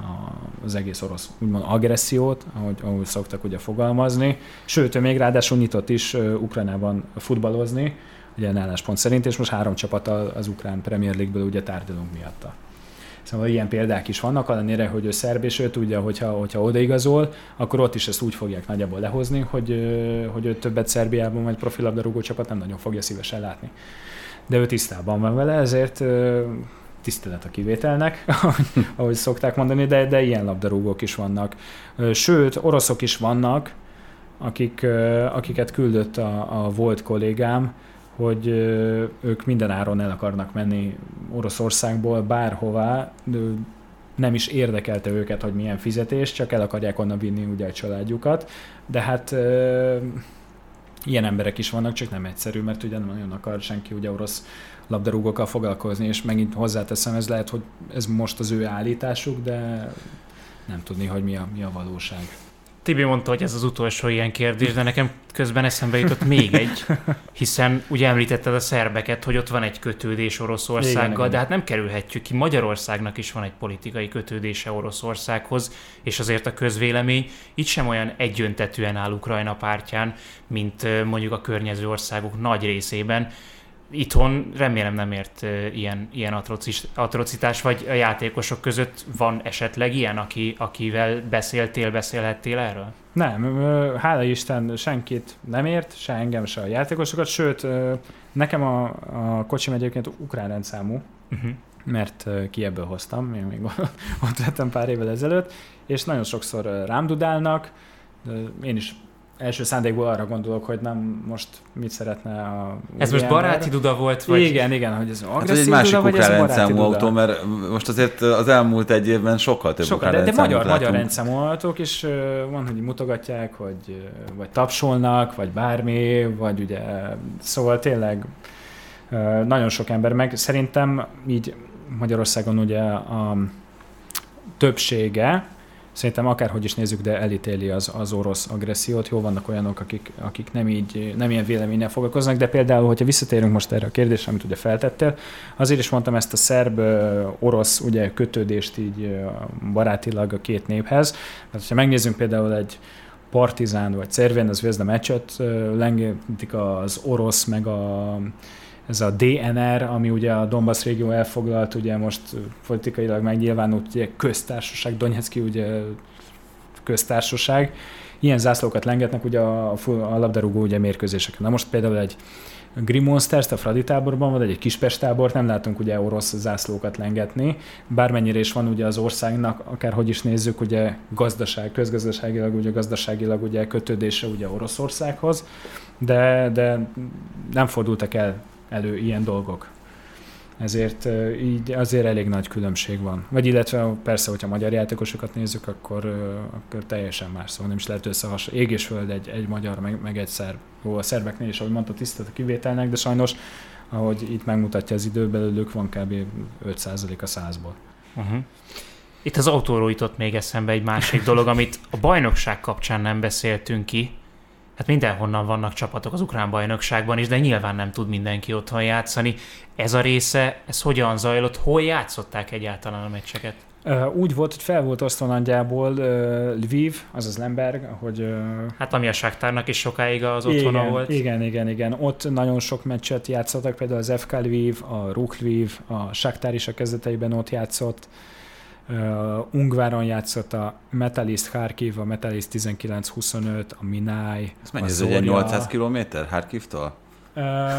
Speaker 3: az egész orosz úgymond agressziót, ahogy, ahogy szoktak ugye fogalmazni. Sőt, ő még ráadásul nyitott is Ukrajnában futballozni, ugye álláspont szerint, és most három csapattal az ukrán Premier League-ből ugye tárgyalunk miatta. Szóval ilyen példák is vannak, annyira, hogy ő szerb, és ő tudja, hogyha, hogyha odaigazol, akkor ott is ezt úgy fogják nagyjából lehozni, hogy, hogy ő többet Szerbiában vagy profilabdarúgó csapat nem nagyon fogja szívesen látni. De ő tisztában van vele, ezért tisztelet a kivételnek, ahogy szokták mondani, de, de ilyen labdarúgók is vannak. Sőt, oroszok is vannak, akik, akiket küldött a, a volt kollégám, hogy ők minden áron el akarnak menni Oroszországból bárhová, nem is érdekelte őket, hogy milyen fizetés, csak el akarják onnan vinni ugye a családjukat, de hát e, ilyen emberek is vannak, csak nem egyszerű, mert ugye nem nagyon akar senki ugye orosz labdarúgókkal foglalkozni, és megint hozzáteszem, ez lehet, hogy ez most az ő állításuk, de nem tudni, hogy mi a, mi a valóság.
Speaker 2: Tibi mondta, hogy ez az utolsó ilyen kérdés, de nekem közben eszembe jutott még egy, hiszen ugye említetted a szerbeket, hogy ott van egy kötődés Oroszországgal, igen, de hát nem kerülhetjük ki, Magyarországnak is van egy politikai kötődése Oroszországhoz, és azért a közvélemény itt sem olyan egyöntetűen áll Ukrajna pártján, mint mondjuk a környező országok nagy részében. Itthon remélem nem ért uh, ilyen, ilyen atrocis, atrocitás, vagy a játékosok között van esetleg ilyen, aki, akivel beszéltél, beszélhettél erről?
Speaker 3: Nem, hála Isten senkit nem ért, se engem, se a játékosokat, sőt, nekem a, a kocsim egyébként ukrán rendszámú, uh-huh. mert Kijevből hoztam, én még ott vettem pár évvel ezelőtt, és nagyon sokszor rám dudálnak, én is első szándékból arra gondolok, hogy nem most mit szeretne a...
Speaker 2: Ez most baráti duda volt? Vagy...
Speaker 3: Igen, igen, hogy ez agresszív
Speaker 4: hát, egy másik
Speaker 3: duda, vagy ez baráti duda?
Speaker 4: autó, mert most azért az elmúlt egy évben sokkal több
Speaker 3: sokkal,
Speaker 4: ukrán
Speaker 3: de, de magyar,
Speaker 4: látunk.
Speaker 3: magyar rendszámú autók is van, hogy mutogatják, hogy vagy tapsolnak, vagy bármi, vagy ugye, szóval tényleg nagyon sok ember, meg szerintem így Magyarországon ugye a többsége, szerintem akárhogy is nézzük, de elítéli az, az orosz agressziót. Jó, vannak olyanok, akik, akik nem, így, nem ilyen véleménnyel foglalkoznak, de például, hogyha visszatérünk most erre a kérdésre, amit ugye feltettél, azért is mondtam ezt a szerb-orosz ugye, kötődést így barátilag a két néphez. Mert ha megnézzünk például egy Partizán vagy Cervena Zvezda meccset, lengetik az orosz meg a ez a dé en er, ami ugye a Donbass régió elfoglalt, ugye most politikailag megnyilvánult ugye köztársaság, Donetszki ugye köztársaság. Ilyen zászlókat lengetnek ugye a, a labdarúgó ugye mérkőzéseken. Na most például egy Green Monsters, a Fradi táborban, vagy egy Kispest tábort nem látunk ugye orosz zászlókat lengetni, bármennyire is van ugye az országnak, akárhogy is nézzük, ugye gazdaság, közgazdaságilag, ugye gazdaságilag ugye kötődése ugye Oroszországhoz, de, de nem fordultak el elő ilyen dolgok. Ezért így azért elég nagy különbség van. Vagy illetve persze, hogyha magyar játékosokat nézzük, akkor, akkor teljesen más, szóval nem is lehet összehasonlítani. Ég és föld egy, egy magyar, meg, meg egy szerb. Jó, a szerbeknél is, ahogy mondta, tisztelt a kivételnek, de sajnos, ahogy itt megmutatja az idő, belőlük van kb. öt százalék a százból.
Speaker 2: Uh-huh. Itt az autóról jutott még eszembe egy másik dolog, amit a bajnokság kapcsán nem beszéltünk ki, Hát mindenhonnan vannak csapatok az ukrán bajnokságban is, de nyilván nem tud mindenki otthon játszani. Ez a része, ez hogyan zajlott? Hol játszották egyáltalán a meccseket?
Speaker 3: Úgy volt, hogy fel volt osztva nagyjából Lviv, azaz Lemberg, hogy...
Speaker 2: Hát ami a Shakhtarnak is sokáig az otthona
Speaker 3: igen,
Speaker 2: volt.
Speaker 3: Igen, igen, igen. Ott nagyon sok meccset játszottak, például az ef ká Lviv, a Ruk Lviv, a Shakhtar is a kezdeteiben ott játszott. Uh, Ungváron játszott a Metalist Kharkiv, a Metalist tizenkilenc huszonöt, a Minai,
Speaker 4: ez mennyi, ez ugye nyolcszáz kilométer Kharkivtól?
Speaker 3: Uh,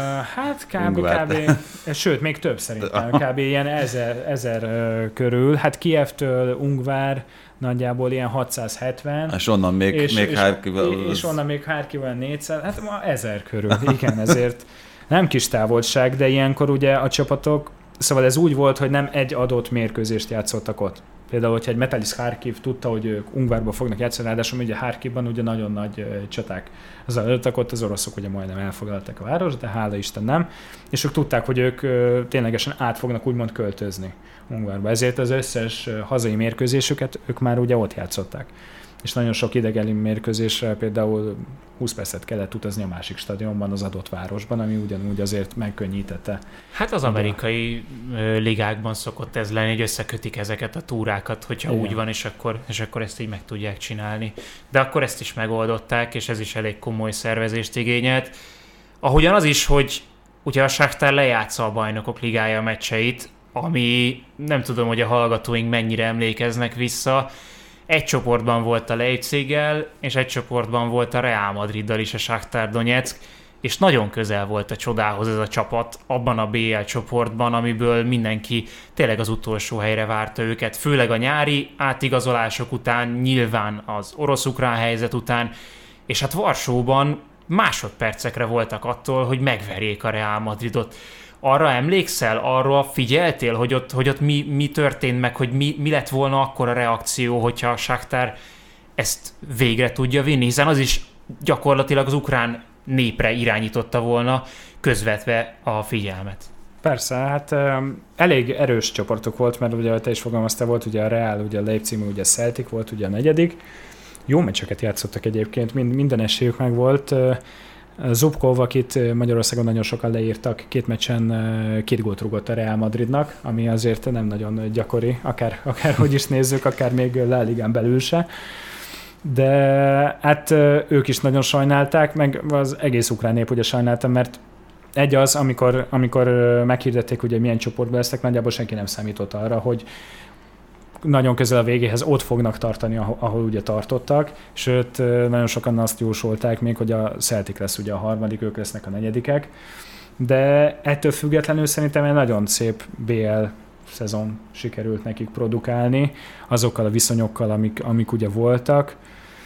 Speaker 3: hát kb. kb. Sőt, még több szerintem, kb. Ilyen ezer, ezer uh, körül. Hát Kijevtől Ungvár nagyjából ilyen hatszázhetven.
Speaker 4: És onnan még,
Speaker 3: és,
Speaker 4: még
Speaker 3: és,
Speaker 4: Kharkiv...
Speaker 3: És, és onnan még Kharkiv négyszáz, hát ma ezer körül. Igen, ezért nem kis távolság, de ilyenkor ugye a csapatok, szóval ez úgy volt, hogy nem egy adott mérkőzést játszottak ott. Például, hogyha egy Metalist Kharkiv tudta, hogy ők Ungvárban fognak játszani, ráadásul ugye Kharkivban ugye nagyon nagy uh, csaták zajlottak, ott az oroszok ugye majdnem elfoglalták a város, de hála Isten nem, és ők tudták, hogy ők uh, ténylegesen át fognak úgymond költözni Ungvárba. Ezért az összes uh, hazai mérkőzésüket ők már ugye ott játszották. És nagyon sok idegeni mérkőzésre például húsz percet kellett utazni a másik stadionban, az adott városban, ami ugyanúgy azért megkönnyítette.
Speaker 2: Hát az amerikai de... ligákban szokott ez lenni, hogy összekötik ezeket a túrákat, hogyha igen. úgy van, és akkor, és akkor ezt így meg tudják csinálni. De akkor ezt is megoldották, és ez is elég komoly szervezést igényelt. Ahogyan az is, hogy ugye a Shakhtar lejátsza a Bajnokok Ligája meccseit, ami nem tudom, hogy a hallgatóink mennyire emlékeznek vissza. Egy csoportban volt a Leipziggel, és egy csoportban volt a Real Madriddal is a Shakhtar Donetsk, és nagyon közel volt a csodához ez a csapat abban a bé el csoportban, amiből mindenki tényleg az utolsó helyre várta őket, főleg a nyári átigazolások után, nyilván az orosz-ukrán helyzet után, és hát Varsóban másodpercekre voltak attól, hogy megverjék a Real Madridot. Arra emlékszel, arról figyeltél, hogy ott, hogy ott mi, mi történt meg, hogy mi, mi lett volna akkor a reakció, hogyha a Shakhtar ezt végre tudja vinni, hiszen az is gyakorlatilag az ukrán népre irányította volna, közvetve a figyelmet.
Speaker 3: Persze, hát um, elég erős csoportok volt, mert ugye te is fogalmaztál, volt ugye a Real, ugye a Leipzig, ugye a Celtic volt ugye a negyedik. Jó meccseket játszottak egyébként, mind, minden esélyük meg volt. Zubkov, akit Magyarországon nagyon sokan leírtak, két meccsen két gólt rúgott a Real Madridnak, ami azért nem nagyon gyakori, akár, akár hogy is nézzük, akár még La Ligán belül se. De hát ők is nagyon sajnálták, meg az egész ukrán nép ugye sajnálta, mert egy az, amikor, amikor meghirdették, ugye milyen csoportban lesznek, nagyjából senki nem számított arra, hogy nagyon közel a végéhez ott fognak tartani, ahol, ahol ugye tartottak, sőt, nagyon sokan azt jósolták még, hogy a Celtic lesz ugye a harmadik, ők lesznek a negyedikek, de ettől függetlenül szerintem egy nagyon szép bé el szezon sikerült nekik produkálni, azokkal a viszonyokkal, amik, amik ugye voltak.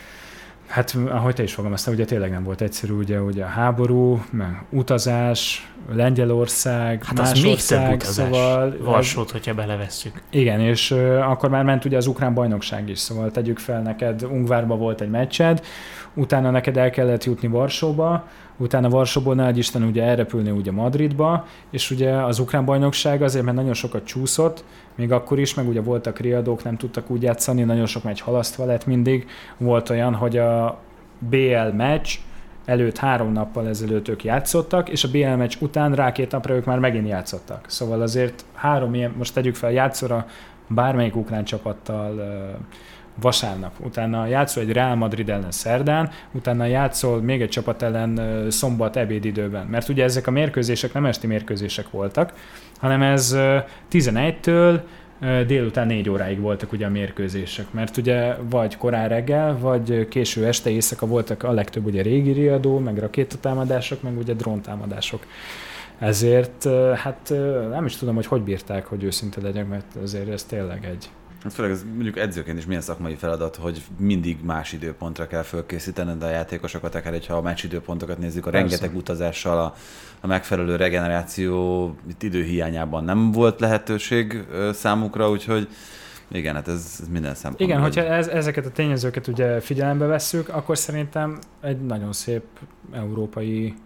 Speaker 3: Hát, ahogy te is fogalmaztál, ugye tényleg nem volt egyszerű, ugye, ugye a háború, meg utazás, Lengyelország,
Speaker 2: hát
Speaker 3: más
Speaker 2: az még
Speaker 3: ország,
Speaker 2: több utazás,
Speaker 3: szóval...
Speaker 2: Varsót, hogyha belevesszük.
Speaker 3: Igen, és uh, akkor már ment ugye az ukrán bajnokság is, szóval tegyük fel neked, Ungvárba volt egy meccsed, utána neked el kellett jutni Varsóba, utána Varsóból ne adj Isten ugye elrepülni ugye Madridba, és ugye az ukrán bajnokság azért, mert nagyon sokat csúszott, még akkor is, meg ugye voltak riadók, nem tudtak úgy játszani, nagyon sok meccs halasztva lett mindig. Volt olyan, hogy a bé el meccs előtt három nappal ezelőtt ők játszottak, és a bé el meccs után rá két napra ők már megint játszottak. Szóval azért három ilyen, most tegyük fel játszóra bármelyik ukrán csapattal vasárnap, utána játszol egy Real Madrid ellen szerdán, utána játszol még egy csapat ellen szombat ebédidőben. Mert ugye ezek a mérkőzések nem esti mérkőzések voltak, hanem ez tizenegytől délután négy óráig voltak ugye a mérkőzések, mert ugye vagy korán reggel, vagy késő este éjszaka voltak a legtöbb ugye régi riadó, meg rakétatámadások, meg ugye dróntámadások. Ezért hát nem is tudom, hogy hogy bírták, hogy őszinte legyek, mert azért ez tényleg egy...
Speaker 4: Hát főleg ez mondjuk edzőként is milyen szakmai feladat, hogy mindig más időpontra kell fölkészítened a játékosokat, akár hogyha a meccs időpontokat nézzük, a rengeteg Persze. utazással, a, a megfelelő regeneráció itt időhiányában nem volt lehetőség számukra, úgyhogy igen, hát ez, ez minden szempontból.
Speaker 3: Igen, hogyha ez, ezeket a tényezőket ugye figyelembe vesszük, akkor szerintem egy nagyon szép európai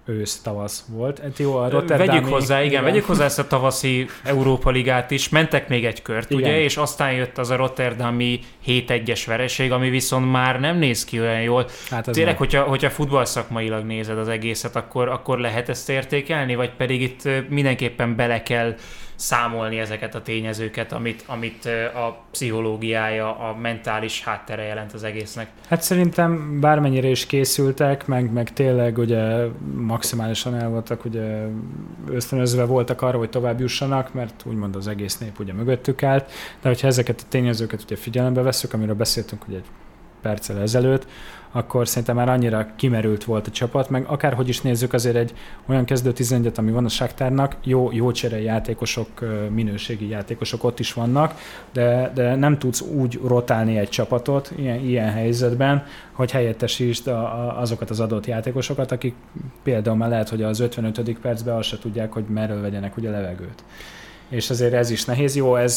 Speaker 3: ősz-tavasz volt. Hát jó, a Rotterdami...
Speaker 2: Vegyük hozzá, igen, igen, vegyük hozzá ezt a tavaszi Európa Ligát is, mentek még egy kört, igen. ugye, és aztán jött az a Rotterdami hét egyes vereség, ami viszont már nem néz ki olyan jól. Hát tényleg, hogyha, hogyha futballszakmailag nézed az egészet, akkor, akkor lehet ezt értékelni, vagy pedig itt mindenképpen bele kell számolni ezeket a tényezőket, amit, amit a pszichológiája, a mentális háttere jelent az egésznek.
Speaker 3: Hát szerintem bármennyire is készültek, meg, meg tényleg ugye maximálisan el voltak, ugye ösztönözve voltak arra, hogy tovább jussanak, mert úgymond az egész nép ugye mögöttük állt, de hogyha ezeket a tényezőket ugye figyelembe vesszük, amiről beszéltünk ugye egy perccel ezelőtt, akkor szerintem már annyira kimerült volt a csapat, meg akárhogy is nézzük, azért egy olyan kezdő tizenegyet, ami van a Shakhtarnak, jó, jó csere játékosok, minőségi játékosok ott is vannak, de, de nem tudsz úgy rotálni egy csapatot ilyen, ilyen helyzetben, hogy helyettesítsd a, a, azokat az adott játékosokat, akik például már lehet, hogy az ötvenötödik percben azt se tudják, hogy merről vegyenek ugye levegőt. És azért ez is nehéz. Jó, ez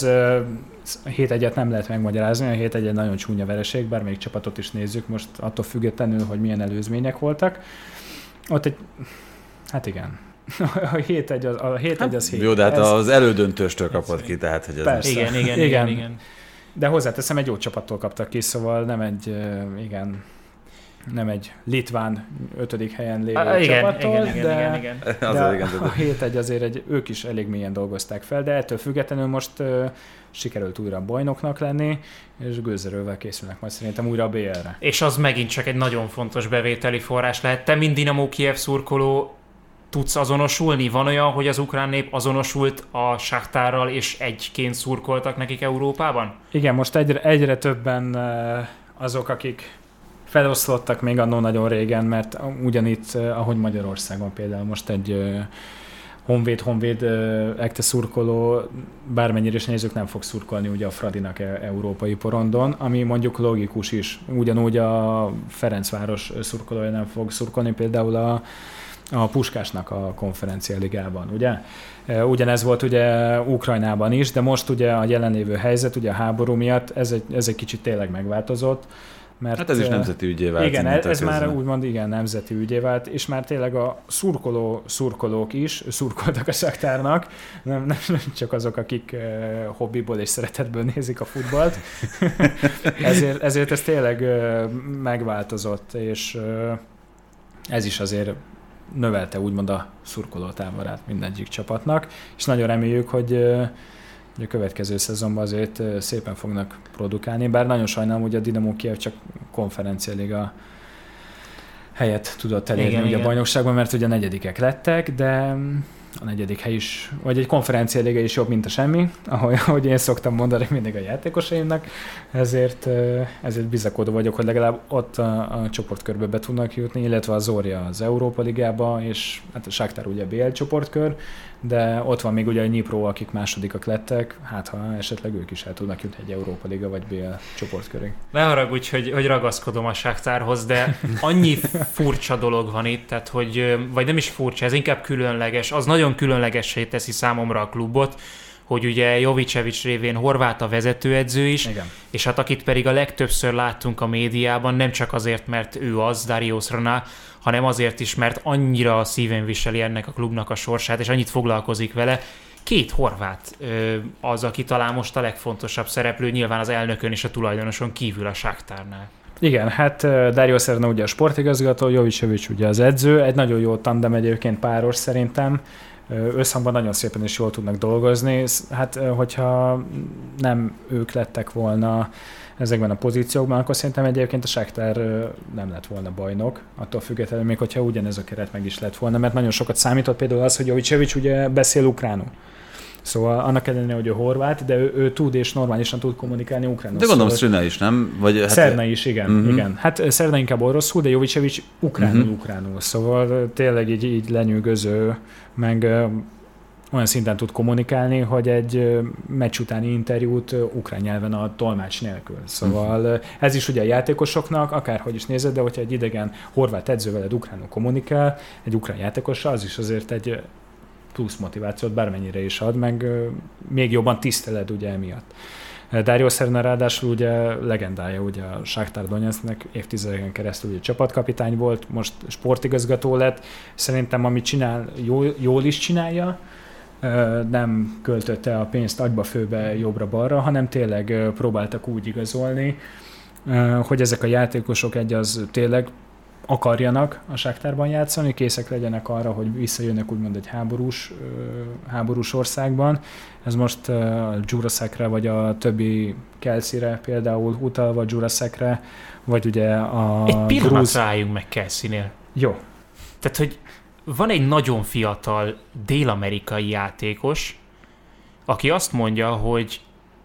Speaker 3: a hét egyet nem lehet megmagyarázni, a hét egy nagyon csúnya vereség, bármelyik csapatot is nézzük most attól függetlenül, hogy milyen előzmények voltak. Ott egy, hát igen, a hét egy az, a hét egy az hét.
Speaker 4: Jó, de hát
Speaker 3: ez,
Speaker 4: az elődöntőstől kapott ki, tehát hogy ez...
Speaker 3: Persze.
Speaker 2: Igen, igen, igen,
Speaker 3: igen,
Speaker 2: igen.
Speaker 3: De hozzáteszem, egy jó csapattól kaptak ki, szóval nem egy, igen, nem egy litván ötödik helyen lévő
Speaker 2: a, igen,
Speaker 3: csapattól,
Speaker 2: igen, igen,
Speaker 3: de,
Speaker 2: igen, igen.
Speaker 3: de
Speaker 4: az
Speaker 3: a,
Speaker 4: igen,
Speaker 3: a hét egy azért egy, ők is elég mélyen dolgozták fel, de ettől függetlenül most uh, sikerült újra bajnoknak lenni, és gőzerővel készülnek majd szerintem újra a bé el-re.
Speaker 2: És az megint csak egy nagyon fontos bevételi forrás lehet. Te, mint Dinamo Kijev szurkoló, tudsz azonosulni? Van olyan, hogy az ukrán nép azonosult a Shakhtarral, és egyként szurkoltak nekik Európában?
Speaker 3: Igen, most egyre, egyre többen uh, azok, akik feloszlottak még annó nagyon régen, mert ugyanitt, ahogy Magyarországon például most egy Honvéd, Honvéd ekte szurkoló, bármennyire is nézzük, nem fog szurkolni ugye a Fradinak európai porondon, ami mondjuk logikus is. Ugyanúgy a Ferencváros szurkolója nem fog szurkolni például a, a Puskásnak a konferencia ligában, ugye? Ugyanez volt ugye Ukrajnában is, de most ugye a jelenlévő helyzet, ugye a háború miatt ez egy, ez egy kicsit tényleg megváltozott. Mert,
Speaker 4: hát ez is nemzeti ügyé vált.
Speaker 3: Igen, ez közben. Már úgymond igen, nemzeti ügyé vált, és már tényleg a szurkoló, szurkolók is szurkoltak a Shakhtárnak, nem, nem, nem csak azok, akik uh, hobbiból és szeretetből nézik a futballt. ezért, ezért ez tényleg uh, megváltozott, és uh, ez is azért növelte úgymond a szurkolótáborát mindegyik csapatnak, és nagyon reméljük, hogy uh, hogy a következő szezonban azért szépen fognak produkálni, bár nagyon sajnálom, hogy a Dinamo Kijev csak konferencialiga helyet tudott elérni igen, ugye igen. a bajnokságban, mert ugye a negyedikek lettek, de a negyedik hely is, vagy egy konferencialiga is jobb, mint a semmi, ahogy, ahogy én szoktam mondani mindig a játékosaimnak, ezért, ezért bizakodó vagyok, hogy legalább ott a, a csoportkörbe be tudnak jutni, illetve a Zorya az Európa Ligába, és hát a Shakhtar ugye bé el csoportkör, de ott van még ugye a Nyipro, akik másodikak lettek, hát ha esetleg ők is el tudnak jutni egy Európa Liga vagy bé el csoportkörig.
Speaker 2: Ne haragudj, hogy, hogy ragaszkodom a Shakhtarhoz, de annyi furcsa dolog van itt, tehát hogy, vagy nem is furcsa, ez inkább különleges, az nagyon különlegessé teszi számomra a klubot, hogy ugye Jovicevic révén horvát a vezetőedző is, igen. és hát akit pedig a legtöbbször láttunk a médiában, nem csak azért, mert ő az, Darius Rana, hanem azért is, mert annyira szíven viseli ennek a klubnak a sorsát, és annyit foglalkozik vele. Két horvát az, aki talán most a legfontosabb szereplő, nyilván az elnökön és a tulajdonoson kívül a Shakhtárnál.
Speaker 3: Igen, hát Darius Rana ugye a sportigazgató, Jovicevic ugye az edző, egy nagyon jó tandem egyébként páros szerintem, összhangban nagyon szépen is jól tudnak dolgozni. Hát, hogyha nem ők lettek volna ezekben a pozíciókban, akkor szerintem egyébként a Shakhtar nem lett volna bajnok, attól függetlenül, még hogyha ugyanez a keret meg is lett volna, mert nagyon sokat számított például az, hogy Jovicevic ugye beszél ukránul. Szóval annak ellenére, hogy ő horvát, de ő, ő tud és normálisan tud kommunikálni ukránul.
Speaker 4: De gondolom Strina is, nem? Vagy, hát...
Speaker 3: Szerna is, igen. Uh-huh. igen. Hát Szerna inkább oroszul, de Jovicevic ukránul, uh-huh. ukránul. Szóval tényleg így, így lenyűgöző, meg ö, olyan szinten tud kommunikálni, hogy egy ö, meccs utáni interjút ö, ukrán nyelven a tolmács nélkül. Szóval uh-huh. ez is ugye a játékosoknak, akárhogy is nézed, de hogyha egy idegen horvát edző veled ukránul kommunikál, egy ukrán játékossal, az is azért egy plusz motivációt bármennyire is ad, meg uh, még jobban tiszteled ugye emiatt. Dario Serna ráadásul ugye legendája ugye a Shakhtar Donetsknek, évtizedeken keresztül ugye csapatkapitány volt, most sportigazgató lett. Szerintem amit csinál, jól, jól is csinálja, nem költötte a pénzt agyba-főbe, jobbra-balra, hanem tényleg próbáltak úgy igazolni, hogy ezek a játékosok egy az tényleg akarjanak a Shakhtarban játszani, készek legyenek arra, hogy visszajönnek úgymond egy háborús, háborús országban. Ez most a Jurasekre, vagy a többi Kelseyre például utalva, Jurasekre, vagy ugye a...
Speaker 2: Egy pillanat
Speaker 3: grúz...
Speaker 2: rájunk meg Kelseynél.
Speaker 3: Jó.
Speaker 2: Tehát, hogy van egy nagyon fiatal dél-amerikai játékos, aki azt mondja, hogy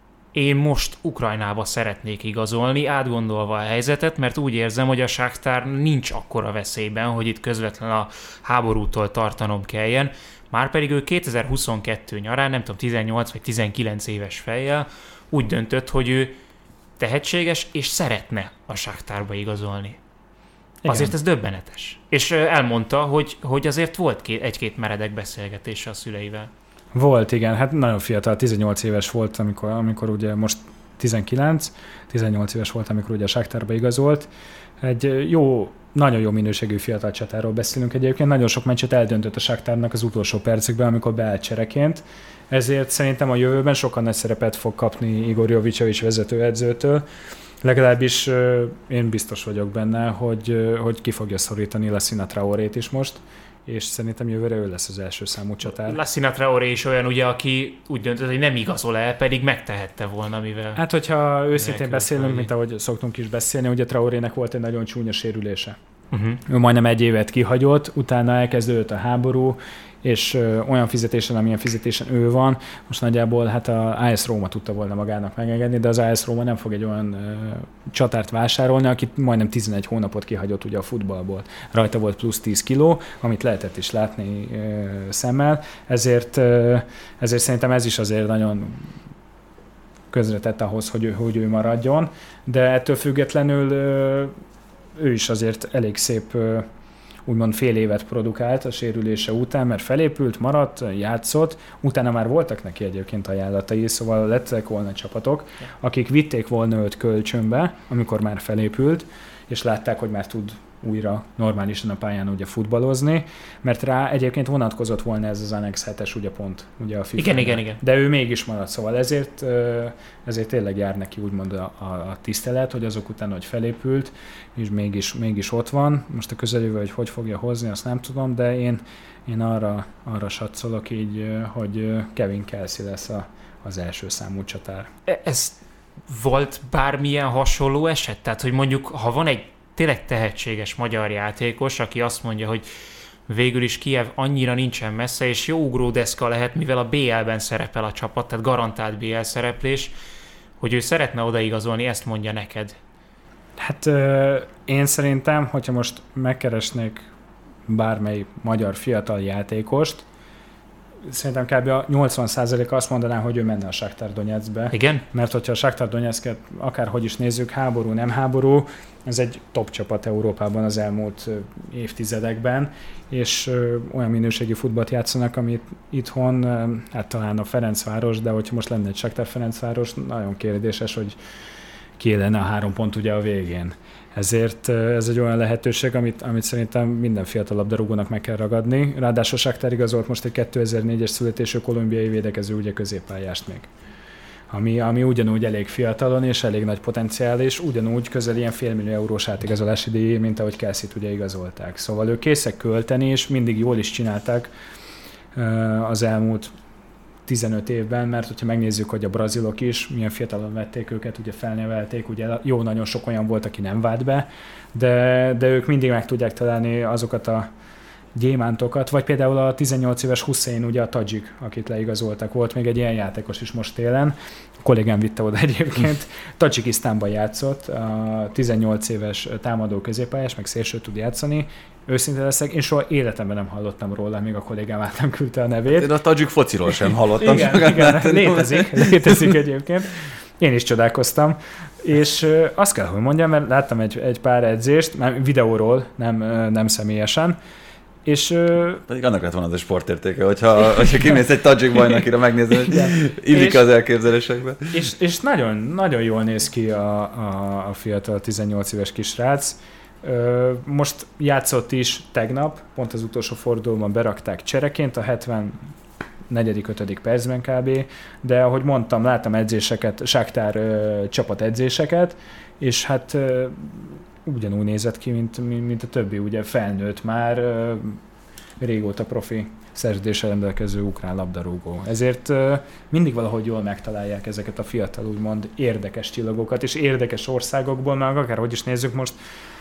Speaker 2: én most Ukrajnába szeretnék igazolni, átgondolva a helyzetet, mert úgy érzem, hogy a Shakhtar nincs akkora veszélyben, hogy itt közvetlenül a háborútól tartanom kelljen. Márpedig ő kétezer-huszonkettő nyarán, nem tudom, tizennyolc vagy tizenkilenc éves fejjel úgy döntött, hogy ő tehetséges és szeretne a Shakhtarba igazolni. Igen. Azért ez döbbenetes. És elmondta, hogy, hogy azért volt két, egy-két meredek beszélgetése a szüleivel.
Speaker 3: Volt, igen. Hát nagyon fiatal, tizennyolc éves volt, amikor, amikor ugye most tizenkilenc, tizennyolc éves volt, amikor ugye a Shakhtarba igazolt. Egy jó, nagyon jó minőségű fiatal csatáról beszélünk egyébként. Nagyon sok meccset eldöntött a Shakhtarnak az utolsó percekben, amikor beállt csereként. Ezért szerintem a jövőben sokkal nagy szerepet fog kapni Igor Jovičović vezetőedzőtől. Legalábbis én biztos vagyok benne, hogy, hogy ki fogja szorítani Lassina Traorét is most, és szerintem jövőre ő lesz az első számú csatár.
Speaker 2: Lassina Traoré is olyan, ugye, aki úgy döntött, hogy nem igazol el, pedig megtehette volna, mivel...
Speaker 3: Hát, hogyha őszintén beszélünk, mint ahogy szoktunk is beszélni, ugye Traorének volt egy nagyon csúnya sérülése. Uh-huh. Ő majdnem egy évet kihagyott, utána elkezdődött a háború, és ö, olyan fizetésen, amilyen fizetésen ő van, most nagyjából hát a á es Róma tudta volna magának megengedni, de az á es Róma nem fog egy olyan ö, csatárt vásárolni, akit majdnem tizenegy hónapot kihagyott ugye a futballból. Rajta volt plusz tíz kiló, amit lehetett is látni ö, szemmel, ezért, ö, ezért szerintem ez is azért nagyon közretett ahhoz, hogy ő, hogy ő maradjon, de ettől függetlenül ö, ő is azért elég szép ö, úgymond fél évet produkált a sérülése után, mert felépült, maradt, játszott, utána már voltak neki egyébként ajánlatai, szóval lettek volna csapatok, akik vitték volna őt kölcsönbe, amikor már felépült, és látták, hogy már tud újra normálisan a pályán ugye futballozni, mert rá egyébként vonatkozott volna ez az Annex hetes ugye pont ugye a FIFA.
Speaker 2: Igen, igen, igen.
Speaker 3: De ő mégis maradt, szóval ezért, ezért tényleg jár neki úgymond a, a, a tisztelet, hogy azok után, hogy felépült, és mégis, mégis ott van. Most a közeljövő, hogy hogy fogja hozni, azt nem tudom, de én, én arra, arra satszolok így, hogy Kevin Kelsey lesz a, az első számú csatár.
Speaker 2: Ez volt bármilyen hasonló eset? Tehát, hogy mondjuk, ha van egy tényleg tehetséges magyar játékos, aki azt mondja, hogy végül is Kijev annyira nincsen messze, és jó ugródeszka lehet, mivel a bé el-ben szerepel a csapat, tehát garantált bé el szereplés, hogy ő szeretne odaigazolni, ezt mondja neked.
Speaker 3: Hát euh, én szerintem, hogyha most megkeresnék bármely magyar fiatal játékost, szerintem kb. A nyolcvan százalék azt mondaná, hogy ő menne a Shakhtar Donetskbe.
Speaker 2: Igen?
Speaker 3: Mert hogyha a Shakhtar Donetsket akárhogy is nézzük, háború, nem háború, ez egy top csapat Európában az elmúlt évtizedekben, és olyan minőségi futballt játszanak, amit itthon, hát talán a Ferencváros, de hogyha most lenne egy Shakhtar Ferencváros, nagyon kérdéses, hogy ki lenne a három pont ugye a végén. Ezért ez egy olyan lehetőség, amit, amit szerintem minden fiatal labdarúgónak meg kell ragadni. Ráadásul Shakhtar igazolt most egy kétezer-négyes születésű kolumbiai védekező ugye középpályást még. Ami, ami ugyanúgy elég fiatalon és elég nagy potenciál, és ugyanúgy közel ilyen félmillió eurós átigazolási díj, mint ahogy Kelseyt ugye igazolták. Szóval ők készek költeni, és mindig jól is csinálták az elmúlt tizenöt évben, mert hogyha megnézzük, hogy a brazilok is milyen fiatalon vették őket, ugye felnevelték, ugye jó, nagyon sok olyan volt, aki nem vált be, de, de ők mindig meg tudják találni azokat a gyémántokat, vagy például a tizennyolc éves Hussein, ugye a Tadzsik, akit leigazoltak, volt még egy ilyen játékos is most télen, a kollégám vitte oda egyébként, Tadzsikisztánban játszott, a tizennyolc éves támadó középpályás, meg szélső tud játszani. Őszintén leszek, én soha életemben nem hallottam róla, még a kollégám át küldte a nevét.
Speaker 4: Én a tadzsik fociról sem hallottam.
Speaker 3: Igen, igen, létezik, létezik egyébként. Én is csodálkoztam. És azt kell, hogy mondjam, mert láttam egy, egy pár edzést, már videóról, nem, nem személyesen, És,
Speaker 4: pedig annak lett volna az a sportértéke, hogyha, hogyha kimész egy Tadzsik bajnokira megnézni, hogy illik az elképzelésekbe.
Speaker 3: És, és nagyon, nagyon jól néz ki a, a, a fiatal tizennyolc éves kisrác. Most játszott is tegnap, pont az utolsó fordulóban berakták csereként a hetvennegyedik ötödik percben kb. De ahogy mondtam, láttam edzéseket, Sáktár csapat edzéseket, és hát ugyanúgy nézett ki, mint, mint a többi, ugye felnőtt már, régóta profi szerződéssel rendelkező ukrán labdarúgó. Ezért mindig valahogy jól megtalálják ezeket a fiatal, úgymond érdekes csillagokat, és érdekes országokból, meg akárhogy is nézzük most,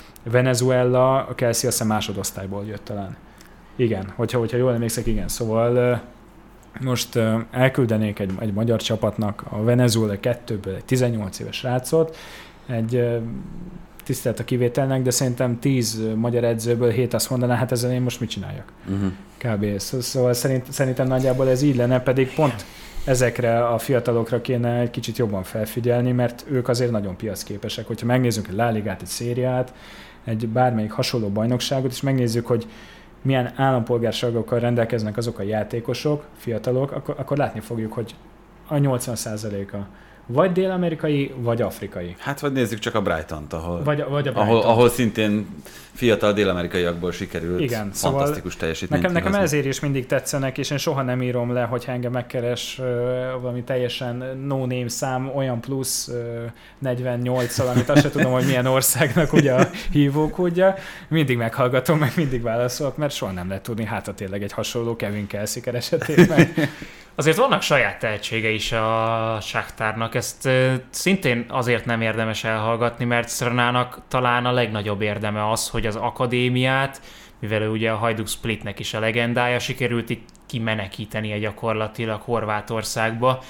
Speaker 3: Venezuela, a Kelsey azt hiszem másodosztályból jött talán. Igen, hogyha, hogyha jól emlékszek, igen. Szóval most elküldenék egy, egy magyar csapatnak a Venezuela kettőből egy tizennyolc éves srácot, egy tisztelt a kivételnek, de szerintem tíz magyar edzőből hét azt mondaná, hát ezzel én most mit csináljak? Uh-huh. Kb. Szóval szerint, szerintem nagyjából ez így lenne, pedig pont ezekre a fiatalokra kéne egy kicsit jobban felfigyelni, mert ők azért nagyon piacképesek. Hogyha megnézzük egy La Ligát, egy szériát, egy bármelyik hasonló bajnokságot, és megnézzük, hogy milyen állampolgárságokkal rendelkeznek azok a játékosok, fiatalok, akkor, akkor látni fogjuk, hogy a nyolcvan százaléka vagy dél-amerikai, vagy afrikai.
Speaker 4: Hát vagy nézzük csak a Brightont, ahol,
Speaker 3: vagy, vagy a Brighton.
Speaker 4: ahol, ahol szintén fiatal dél-amerikaiakból sikerült
Speaker 3: igen,
Speaker 4: fantasztikus
Speaker 3: szóval
Speaker 4: teljesítményt.
Speaker 3: Nekem, nekem ezért is mindig tetszenek, és én soha nem írom le, hogy engem megkeres uh, valami teljesen no-name szám, olyan plusz uh, negyvennyolccal, amit azt sem tudom, hogy milyen országnak ugye a hívókódja. Mindig meghallgatom, meg mindig válaszolok, mert soha nem lehet tudni, hát tényleg egy hasonló Kevin Kelsey keresetében.
Speaker 2: Azért vannak saját tehetsége is a Sáktárnak, ezt uh, szintén azért nem érdemes elhallgatni, mert Srnának talán a legnagyobb érdeme az, hogy az akadémiát, mivel ő ugye a Hajduk Splitnek is a legendája, sikerült itt kimenekítenie gyakorlatilag Horvátországba,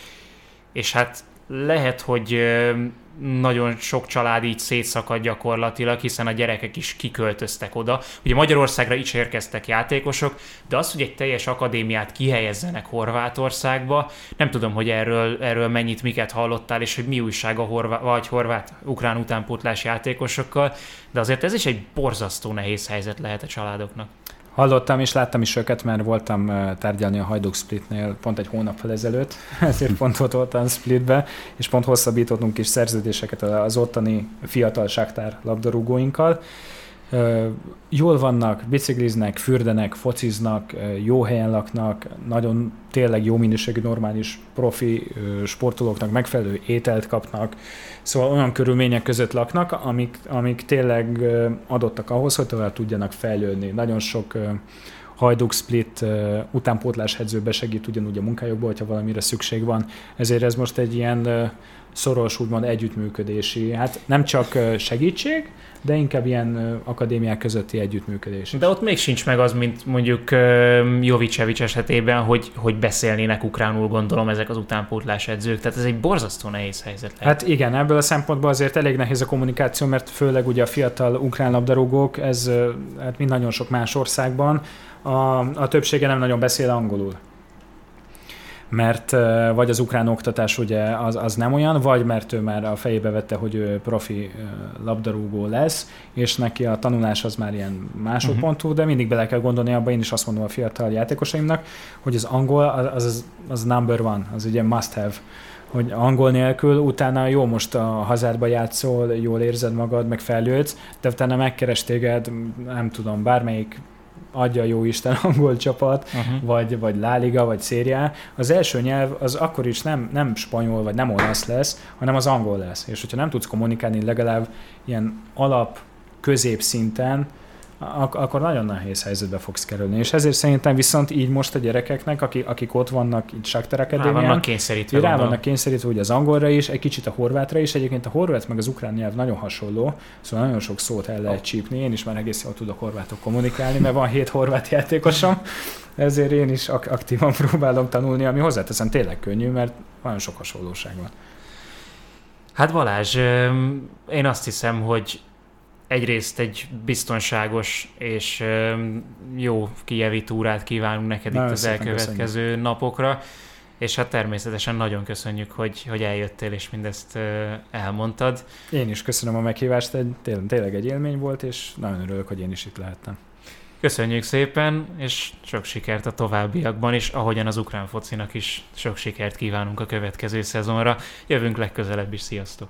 Speaker 2: és hát lehet, hogy uh, nagyon sok család így szétszakad gyakorlatilag, hiszen a gyerekek is kiköltöztek oda. Ugye Magyarországra is érkeztek játékosok, de az, hogy egy teljes akadémiát kihelyezzenek Horvátországba, nem tudom, hogy erről, erről mennyit, miket hallottál, és hogy mi újság a horvát, vagy horvát-ukrán utánpótlás játékosokkal, de azért ez is egy borzasztó nehéz helyzet lehet a családoknak.
Speaker 3: Hallottam és láttam is őket, mert voltam tárgyalni a Hajduk Splitnél pont egy hónappal ezelőtt, ezért pont ott voltam Splitbe, és pont hosszabbítottunk is szerződéseket az ottani fiatal Sáktár labdarúgóinkkal. Jól vannak, bicikliznek, fürdenek, fociznak, jó helyen laknak, nagyon tényleg jó minőségű, normális profi sportolóknak megfelelő ételt kapnak, szóval olyan körülmények között laknak, amik, amik tényleg adottak ahhoz, hogy tovább tudjanak fejlődni. Nagyon sok Hajduk Split utánpótlás edzőbe segít ugyanúgy a munkájukból, hogyha valamire szükség van. Ezért ez most egy ilyen szoros, úgymond együttműködési, hát nem csak segítség, de inkább ilyen akadémiák közötti együttműködés.
Speaker 2: De ott még sincs meg az, mint mondjuk Jovicevic esetében, hogy, hogy beszélnének ukránul, gondolom, ezek az utánpótlás edzők. Tehát ez egy borzasztó nehéz helyzet lehet.
Speaker 3: Hát igen, ebből a szempontból azért elég nehéz a kommunikáció, mert főleg ugye a fiatal ukrán labdarúgók, ez hát mint nagyon sok más országban, a, a többsége nem nagyon beszél angolul. Mert vagy az ukrán oktatás ugye az, az nem olyan, vagy mert ő már a fejébe vette, hogy ő profi labdarúgó lesz, és neki a tanulás az már ilyen másodpontú, uh-huh. de mindig bele kell gondolni abba, én is azt mondom a fiatal játékosaimnak, hogy az angol az, az, az number one, az ugye must have, hogy angol nélkül utána jó, most a hazádba játszol, jól érzed magad, meg fejlődsz, de utána megkeres téged, nem tudom, bármelyik adja jó Isten angol csapat, uh-huh. vagy, vagy La Liga, vagy Serie. Az első nyelv az akkor is nem, nem spanyol, vagy nem olasz lesz, hanem az angol lesz. És hogyha nem tudsz kommunikálni legalább ilyen alap, középszinten, ak- akkor nagyon nehéz helyzetbe fogsz kerülni. És ezért szerintem viszont így most a gyerekeknek, akik, akik ott vannak itt Sáktár Akadémián,
Speaker 2: rá vannak kényszerítve.
Speaker 3: Rá vannak kényszerítve ugye az angolra is, egy kicsit a horvátra is. Egyébként a horvát meg az ukrán nyelv nagyon hasonló, szóval nagyon sok szót el lehet csípni. Én is már egész jól tudok horvátok kommunikálni, mert van hét horvát játékosom, ezért én is ak- aktívan próbálom tanulni, ami hozzáteszem tényleg könnyű, mert nagyon sok hasonlóság van.
Speaker 2: Hát Balázs, én azt hiszem, hogy egyrészt egy biztonságos és jó kijevi túrát kívánunk neked itt az elkövetkező köszönjük. napokra, és hát természetesen nagyon köszönjük, hogy, hogy eljöttél és mindezt elmondtad.
Speaker 3: Én is köszönöm a meghívást, egy, tényleg egy élmény volt, és nagyon örülök, hogy én is itt lehettem.
Speaker 2: Köszönjük szépen, és sok sikert a továbbiakban is, ahogyan az ukrán focinak is sok sikert kívánunk a következő szezonra. Jövünk legközelebb is, sziasztok!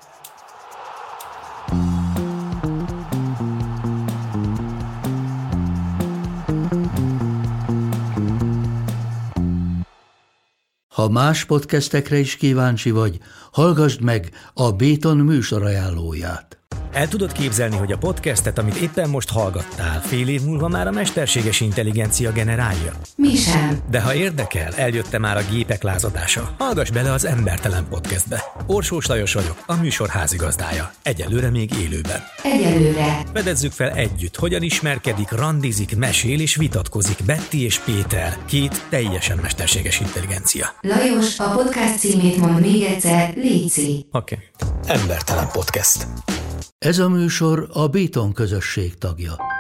Speaker 5: Ha más podcastekre is kíváncsi vagy, hallgassd meg a Béton műsor ajánlóját.
Speaker 6: El tudod képzelni, hogy a podcastet, amit éppen most hallgattál, fél év múlva már a mesterséges intelligencia generálja?
Speaker 7: Mi sem.
Speaker 6: De ha érdekel, eljött már a gépek lázadása. Hallgass bele az Embertelen Podcastbe. Orsós Lajos vagyok, a műsor házigazdája. Egyelőre még élőben.
Speaker 7: Egyelőre.
Speaker 6: Fedezzük fel együtt, hogyan ismerkedik, randizik, mesél és vitatkozik Betty és Péter, két teljesen mesterséges intelligencia.
Speaker 7: Lajos, a podcast címét mond még egyszer, léci.
Speaker 6: Oké. Okay. Embertelen Podcast.
Speaker 5: Ez a műsor a Béton közösség tagja.